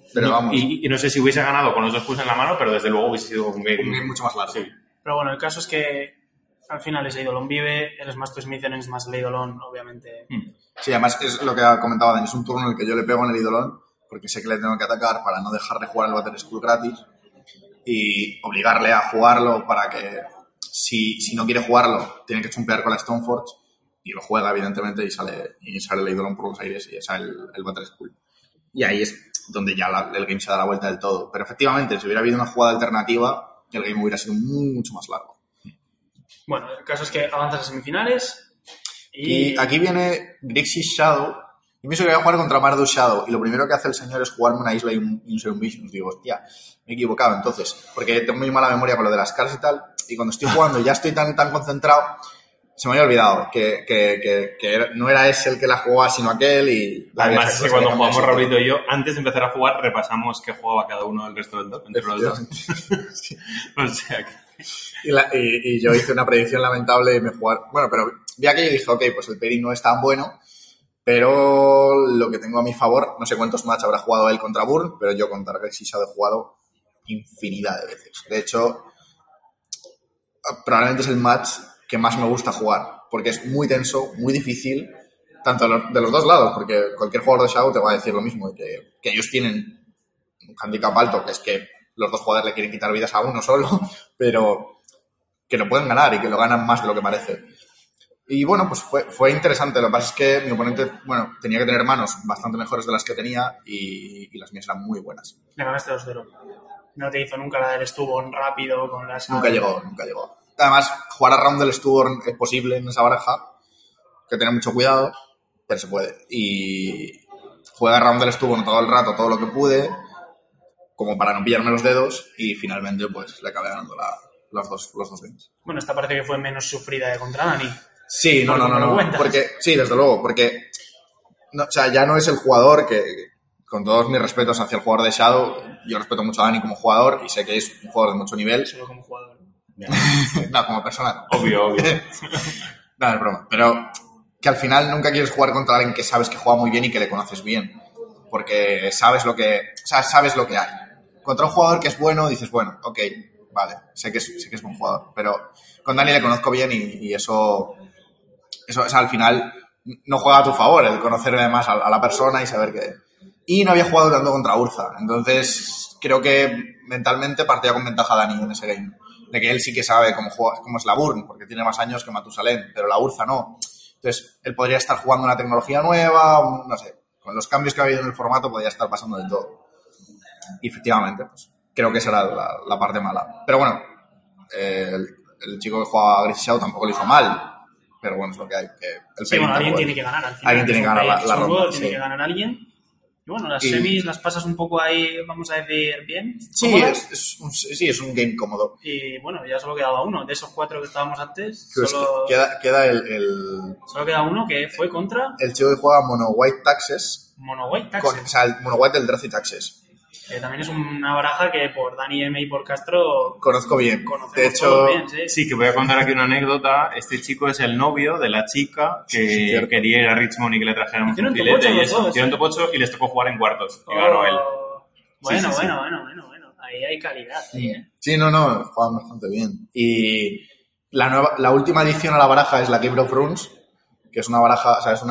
[SPEAKER 1] y no sé si hubiese ganado con los 2 push en la mano, pero desde luego hubiese sido un game
[SPEAKER 3] mucho más largo.
[SPEAKER 1] Sí.
[SPEAKER 2] Pero bueno, el caso es que al final ese Eidolon vive, el Smash Smithers más el Eidolon, obviamente.
[SPEAKER 3] Sí, además es lo que ha comentado Dani, es un turno en el que yo le pego en el Eidolon porque sé que le tengo que atacar para no dejarle jugar el Water School gratis y obligarle a jugarlo para que si no quiere jugarlo tiene que chumpear con la Stoneforge y lo juega evidentemente y sale el Eidolon por los aires y sale el Water School. Y ahí es donde ya el game se da la vuelta del todo. Pero efectivamente, si hubiera habido una jugada alternativa, el game hubiera sido mucho más largo.
[SPEAKER 2] Bueno, el caso es que avanzas a semifinales y...
[SPEAKER 3] aquí viene Grixis Shadow. Yo pienso que voy a jugar contra Marduk Shadow y lo primero que hace el señor es jugarme una isla y un Serum Vision. Digo, hostia, me he equivocado entonces. Porque tengo muy mala memoria con lo de las cartas y tal. Y cuando estoy jugando ya estoy tan concentrado, se me había olvidado que no era ese el que la jugaba, sino aquel. Y
[SPEAKER 1] además es que cuando jugamos Raulito y yo, antes de empezar a jugar, repasamos qué jugaba cada uno del resto del top, entre los dos. O sea que...
[SPEAKER 3] Y yo hice una predicción lamentable y me jugar. Bueno, pero vi aquello y dije, ok, pues el Peri no es tan bueno, pero lo que tengo a mi favor, no sé cuántos matches habrá jugado él contra Burn, pero yo contra Grixis he jugado infinidad de veces. De hecho, probablemente es el match que más me gusta jugar, porque es muy tenso, muy difícil, tanto de los dos lados, porque cualquier jugador de Shadow te va a decir lo mismo, que ellos tienen un handicap alto, que es que los dos jugadores le quieren quitar vidas a uno solo, pero que lo pueden ganar y que lo ganan más de lo que parece. Y bueno, pues fue interesante. Lo que pasa es que mi oponente, bueno, tenía que tener manos bastante mejores de las que tenía y las mías eran muy buenas.
[SPEAKER 2] Le ganaste 2-0. No te hizo nunca la del Stubborn rápido con las...
[SPEAKER 3] Nunca llegó. Además, jugar a round del Stubborn es posible en esa baraja, hay que tener mucho cuidado, pero se puede. Y jugué a round del Stubborn todo el rato, todo lo que pude, como para no pillarme los dedos, y finalmente pues le acabé ganando los dos games.
[SPEAKER 2] Bueno, esta parece que fue menos sufrida de contra Dani.
[SPEAKER 3] Sí, no, porque sí, desde luego, porque no, o sea, ya no es el jugador que, con todos mis respetos hacia el jugador de Shadow, yo respeto mucho a Dani como jugador y sé que es un jugador de mucho nivel.
[SPEAKER 2] Solo como jugador.
[SPEAKER 3] No, como persona.
[SPEAKER 1] Obvio.
[SPEAKER 3] No, es broma. Pero que al final nunca quieres jugar contra alguien que sabes que juega muy bien y que le conoces bien. Porque sabes lo que hay. Contra un jugador que es bueno, dices, bueno, ok, vale, sé que es buen jugador. Pero con Dani le conozco bien y eso al final no juega a tu favor, el conocer además a la persona y saber que... Y no había jugado tanto contra Urza, entonces creo que mentalmente partía con ventaja Dani en ese game. De que él sí que sabe cómo es la Burn, porque tiene más años que Matusalén, pero la Urza no. Entonces, él podría estar jugando una tecnología nueva, no sé, con los cambios que ha habido en el formato podría estar pasando de todo. Y efectivamente, pues creo que esa era la parte mala. Pero bueno, el chico que jugaba a Gris Shadow tampoco lo hizo mal. Pero bueno, es lo que hay.
[SPEAKER 2] Alguien tiene que ganar al final.
[SPEAKER 3] Alguien tiene que ganar la ronda.
[SPEAKER 2] Tiene que ganar alguien. Y bueno, las semis las pasas un poco ahí, vamos a decir, bien.
[SPEAKER 3] Sí, es un game cómodo.
[SPEAKER 2] Y bueno, ya solo quedaba uno. De esos 4 que estábamos antes,
[SPEAKER 3] pues
[SPEAKER 2] solo
[SPEAKER 3] queda el...
[SPEAKER 2] Solo queda uno que fue contra...
[SPEAKER 3] El chico que juega Mono White Taxes.
[SPEAKER 2] Mono White Taxes.
[SPEAKER 3] O sea, el Mono White del Drazi Taxes.
[SPEAKER 2] También es una baraja que por Dani M y por Castro
[SPEAKER 3] conozco bien.
[SPEAKER 2] De hecho, bien,
[SPEAKER 1] sí, que voy a contar aquí una anécdota. Este chico es el novio de la chica que quería ir a Richmond y que le trajeran un filete y eso. Hicieron top 8 y les tocó jugar en cuartos. Y ganó él.
[SPEAKER 2] Bueno. Ahí hay calidad.
[SPEAKER 3] Sí, no, juegan bastante bien. Y la última adición a la baraja es la Game of Runes, que es una baraja, o sea, es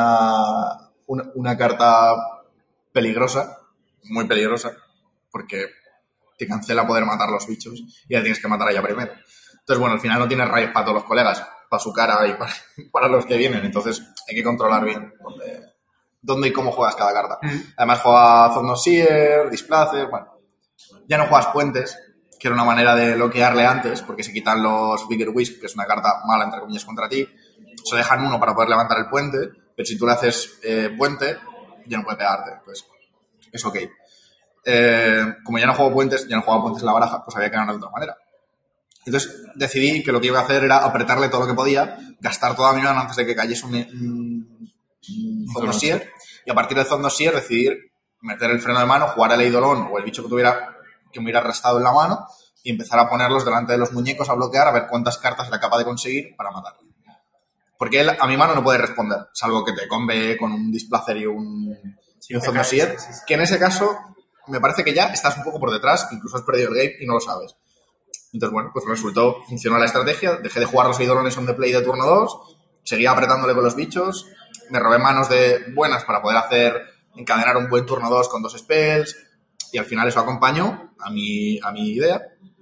[SPEAKER 3] una carta peligrosa, muy peligrosa, porque te cancela poder matar los bichos y ya tienes que matar a ella primero. Entonces, bueno, al final no tienes rayos para todos los colegas, para su cara y para los que vienen. Entonces, hay que controlar bien dónde y cómo juegas cada carta. Además, juega Zondosier, Displacer, bueno. Ya no juegas puentes, que era una manera de bloquearle antes, porque se quitan los Bigger Wisp, que es una carta mala, entre comillas, contra ti. Se dejan uno para poder levantar el puente, pero si tú le haces puente, ya no puede pegarte. Pues es ok. Como ya no jugaba puentes en la baraja, pues había que ganar de otra manera. Entonces decidí que lo que iba a hacer era apretarle todo lo que podía, gastar toda mi mano antes de que cayese un Zondosier, y a partir del Zondosier decidir meter el freno de mano, jugar el Eidolon o el bicho que me hubiera restado en la mano y empezar a ponerlos delante de los muñecos a bloquear, a ver cuántas cartas era capaz de conseguir para matarlo. Porque él a mi mano no puede responder, salvo que te combe con un Displacer y un Zondosier, que en ese caso me parece que ya estás un poco por detrás, incluso has perdido el game y no lo sabes. Entonces, bueno, pues resultó, funcionó la estrategia, dejé de jugar los Eidolones on the play de turno 2, seguía apretándole con los bichos, me robé manos buenas para poder encadenar un buen turno 2 con 2 spells, y al final eso acompañó a mi idea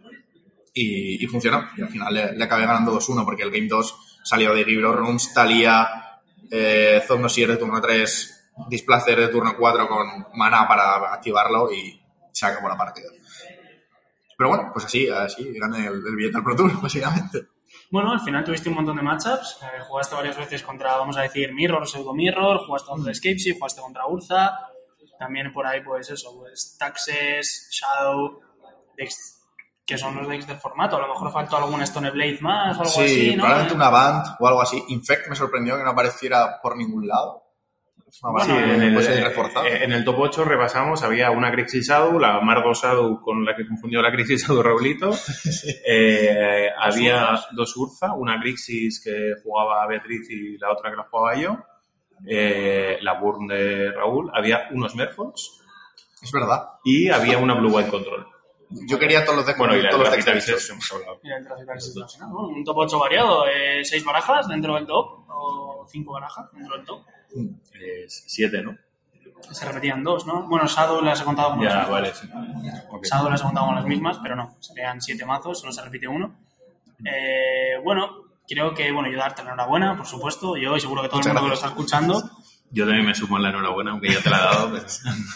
[SPEAKER 3] y funcionó. Y al final le acabé ganando 2-1 porque el game 2 salió de Give Runes, Thalia, Zondosier de turno 3, Displacer de turno 4 con mana para activarlo y se acabó la partida. Pero bueno, pues así gané el billete al Pro Tour, básicamente.
[SPEAKER 2] Bueno, al final tuviste un montón de matchups, jugaste varias veces contra, vamos a decir, Mirror, Pseudo Mirror, jugaste contra Escapeshift, jugaste contra Urza, también por ahí pues Taxes, Shadow, que son los decks del formato. A lo mejor faltó algún Stoneblade más o algo así,
[SPEAKER 3] Sí,
[SPEAKER 2] ¿no?
[SPEAKER 3] probablemente una Band o algo así. Infect me sorprendió que no apareciera por ningún lado.
[SPEAKER 1] En el top 8 repasamos, había una Grixis Shadow, la Margo Shadow con la que confundió la Grixis Shadow Raulito. Había dos Urza, una Grixis que jugaba Beatriz y la otra que la jugaba yo. La Burn de Raúl. Había unos Merfolds.
[SPEAKER 3] Es verdad.
[SPEAKER 1] Y había una Blue White Control.
[SPEAKER 3] Yo quería todos los decks.
[SPEAKER 1] Bueno, y
[SPEAKER 3] todos
[SPEAKER 1] la
[SPEAKER 3] los decks
[SPEAKER 1] hemos hablado.
[SPEAKER 2] Un top 8 variado, 6 barajas dentro del top, o 5 barajas dentro del top.
[SPEAKER 1] Es 7, ¿no?
[SPEAKER 2] Se repetían 2, ¿no? Bueno, Shadow las he contado como
[SPEAKER 1] Ya,
[SPEAKER 2] las
[SPEAKER 1] vale,
[SPEAKER 2] mismas.
[SPEAKER 1] sí. Okay.
[SPEAKER 2] Shadow las he contado como las mismas, pero no. Serían 7 mazos, solo se repite uno. Bueno, creo que, yo darte la enhorabuena, por supuesto. Yo y seguro que todo el mundo que lo está escuchando.
[SPEAKER 1] Yo también me sumo en la enhorabuena, aunque ya te la he dado. Pero...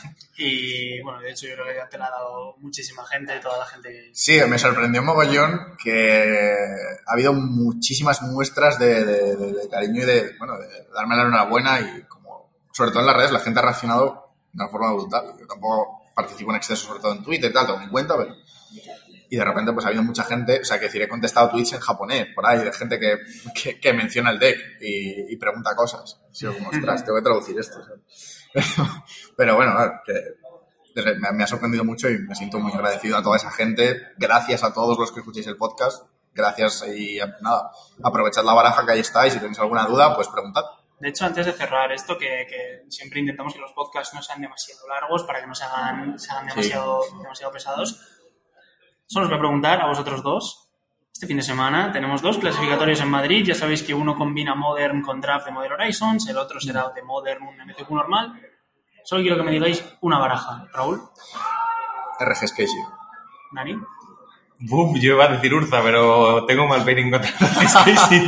[SPEAKER 2] Y, de hecho, yo creo que ya te la ha dado muchísima gente, toda la gente que...
[SPEAKER 3] Sí, me sorprendió mogollón que ha habido muchísimas muestras de cariño y de darme la enhorabuena y como, sobre todo en las redes, la gente ha reaccionado de una forma brutal. Yo tampoco participo en exceso, sobre todo en Twitter y tal, tengo mi cuenta, pero... Y de repente pues ha habido mucha gente, o sea, que decir, he contestado tweets en japonés, por ahí, de gente que menciona el deck y pregunta cosas. Sí, como, ostras, tengo que traducir esto, ¿sabes? Pero bueno, que me ha sorprendido mucho y me siento muy agradecido a toda esa gente. Gracias a todos los que escuchéis el podcast. Gracias y nada, aprovechad la baraja que ahí está y si tenéis alguna duda, pues preguntad.
[SPEAKER 2] De hecho, antes de cerrar esto, que siempre intentamos que los podcasts no sean demasiado largos para que no se hagan demasiado pesados. Solo os voy a preguntar a vosotros dos. Este fin de semana tenemos 2 clasificatorios en Madrid. Ya sabéis que uno combina Modern con Draft de Modern Horizons, el otro será de Modern, un MCQ normal. Solo quiero que me digáis una baraja. Raúl.
[SPEAKER 3] RGS Casey.
[SPEAKER 2] Dani.
[SPEAKER 1] Yo iba a decir Urza, pero tengo mal feeling contra Casey.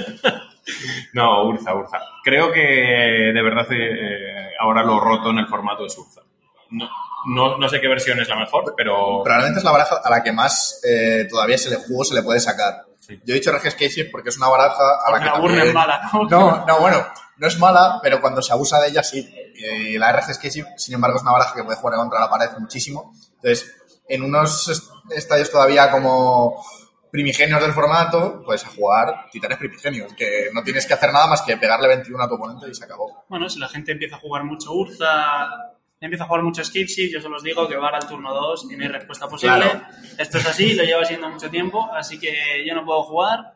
[SPEAKER 1] No, Urza. Creo que de verdad ahora lo roto en el formato es Urza. No sé qué versión es la mejor, pero...
[SPEAKER 3] Probablemente es la baraja a la que más todavía se le puede sacar. Sí. Yo he dicho RGS Casey porque es una baraja a la que
[SPEAKER 2] también... es mala, ¿no?
[SPEAKER 3] No es mala, pero cuando se abusa de ella sí. Y la RGS Casey, sin embargo, es una baraja que puede jugar contra la pared muchísimo. Entonces, en unos estadios todavía como primigenios del formato, pues a jugar titanes primigenios, que no tienes que hacer nada más que pegarle 21 a tu oponente y se acabó.
[SPEAKER 2] Bueno, si la gente empieza a jugar mucho Urza... Empieza a jugar mucho Escape Shift, yo se los digo que va al turno 2 y no hay respuesta posible. Claro. Esto es así, lo llevo haciendo mucho tiempo, así que yo no puedo jugar.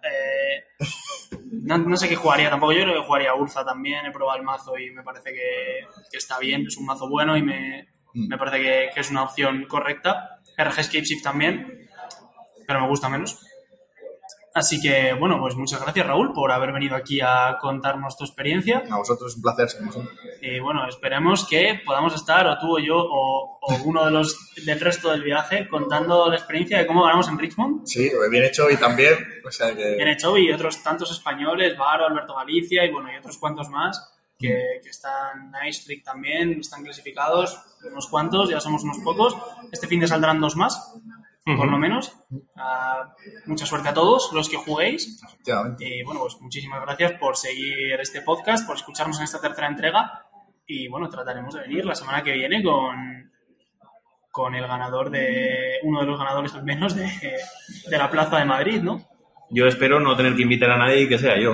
[SPEAKER 2] No sé qué jugaría tampoco, yo creo que jugaría Urza también, he probado el mazo y me parece que está bien, es un mazo bueno y me parece que es una opción correcta. RG Escape Shift también, pero me gusta menos. Así que, pues muchas gracias, Raúl, por haber venido aquí a contarnos tu experiencia.
[SPEAKER 3] A vosotros es un placer.
[SPEAKER 2] Y esperemos que podamos estar, o tú o yo, o uno de los del resto del viaje, contando la experiencia de cómo ganamos en Richmond.
[SPEAKER 3] Sí, bien hecho y también, o sea que...
[SPEAKER 2] Bien hecho y otros tantos españoles, Varo, Alberto Galicia y otros cuantos más que están, Nice Trick también, están clasificados, unos cuantos, ya somos unos pocos. Este fin de saldrán 2 más. Por lo menos. Mucha suerte a todos los que juguéis.
[SPEAKER 3] Efectivamente.
[SPEAKER 2] Y muchísimas gracias por seguir este podcast, por escucharnos en esta tercera entrega. Y trataremos de venir la semana que viene con el ganador uno de los ganadores al menos de la Plaza de Madrid, ¿no?
[SPEAKER 1] Yo espero no tener que invitar a nadie y que sea yo.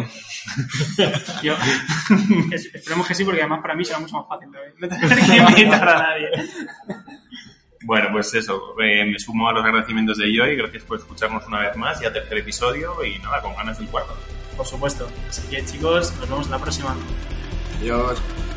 [SPEAKER 2] Esperemos que sí, porque además para mí será mucho más fácil no tener que invitar a nadie.
[SPEAKER 1] Bueno, pues eso, me sumo a los agradecimientos de Joy, gracias por escucharnos una vez más y al tercer episodio y nada, con ganas del 4.
[SPEAKER 2] Por supuesto. Así que chicos, nos vemos la próxima.
[SPEAKER 3] Adiós.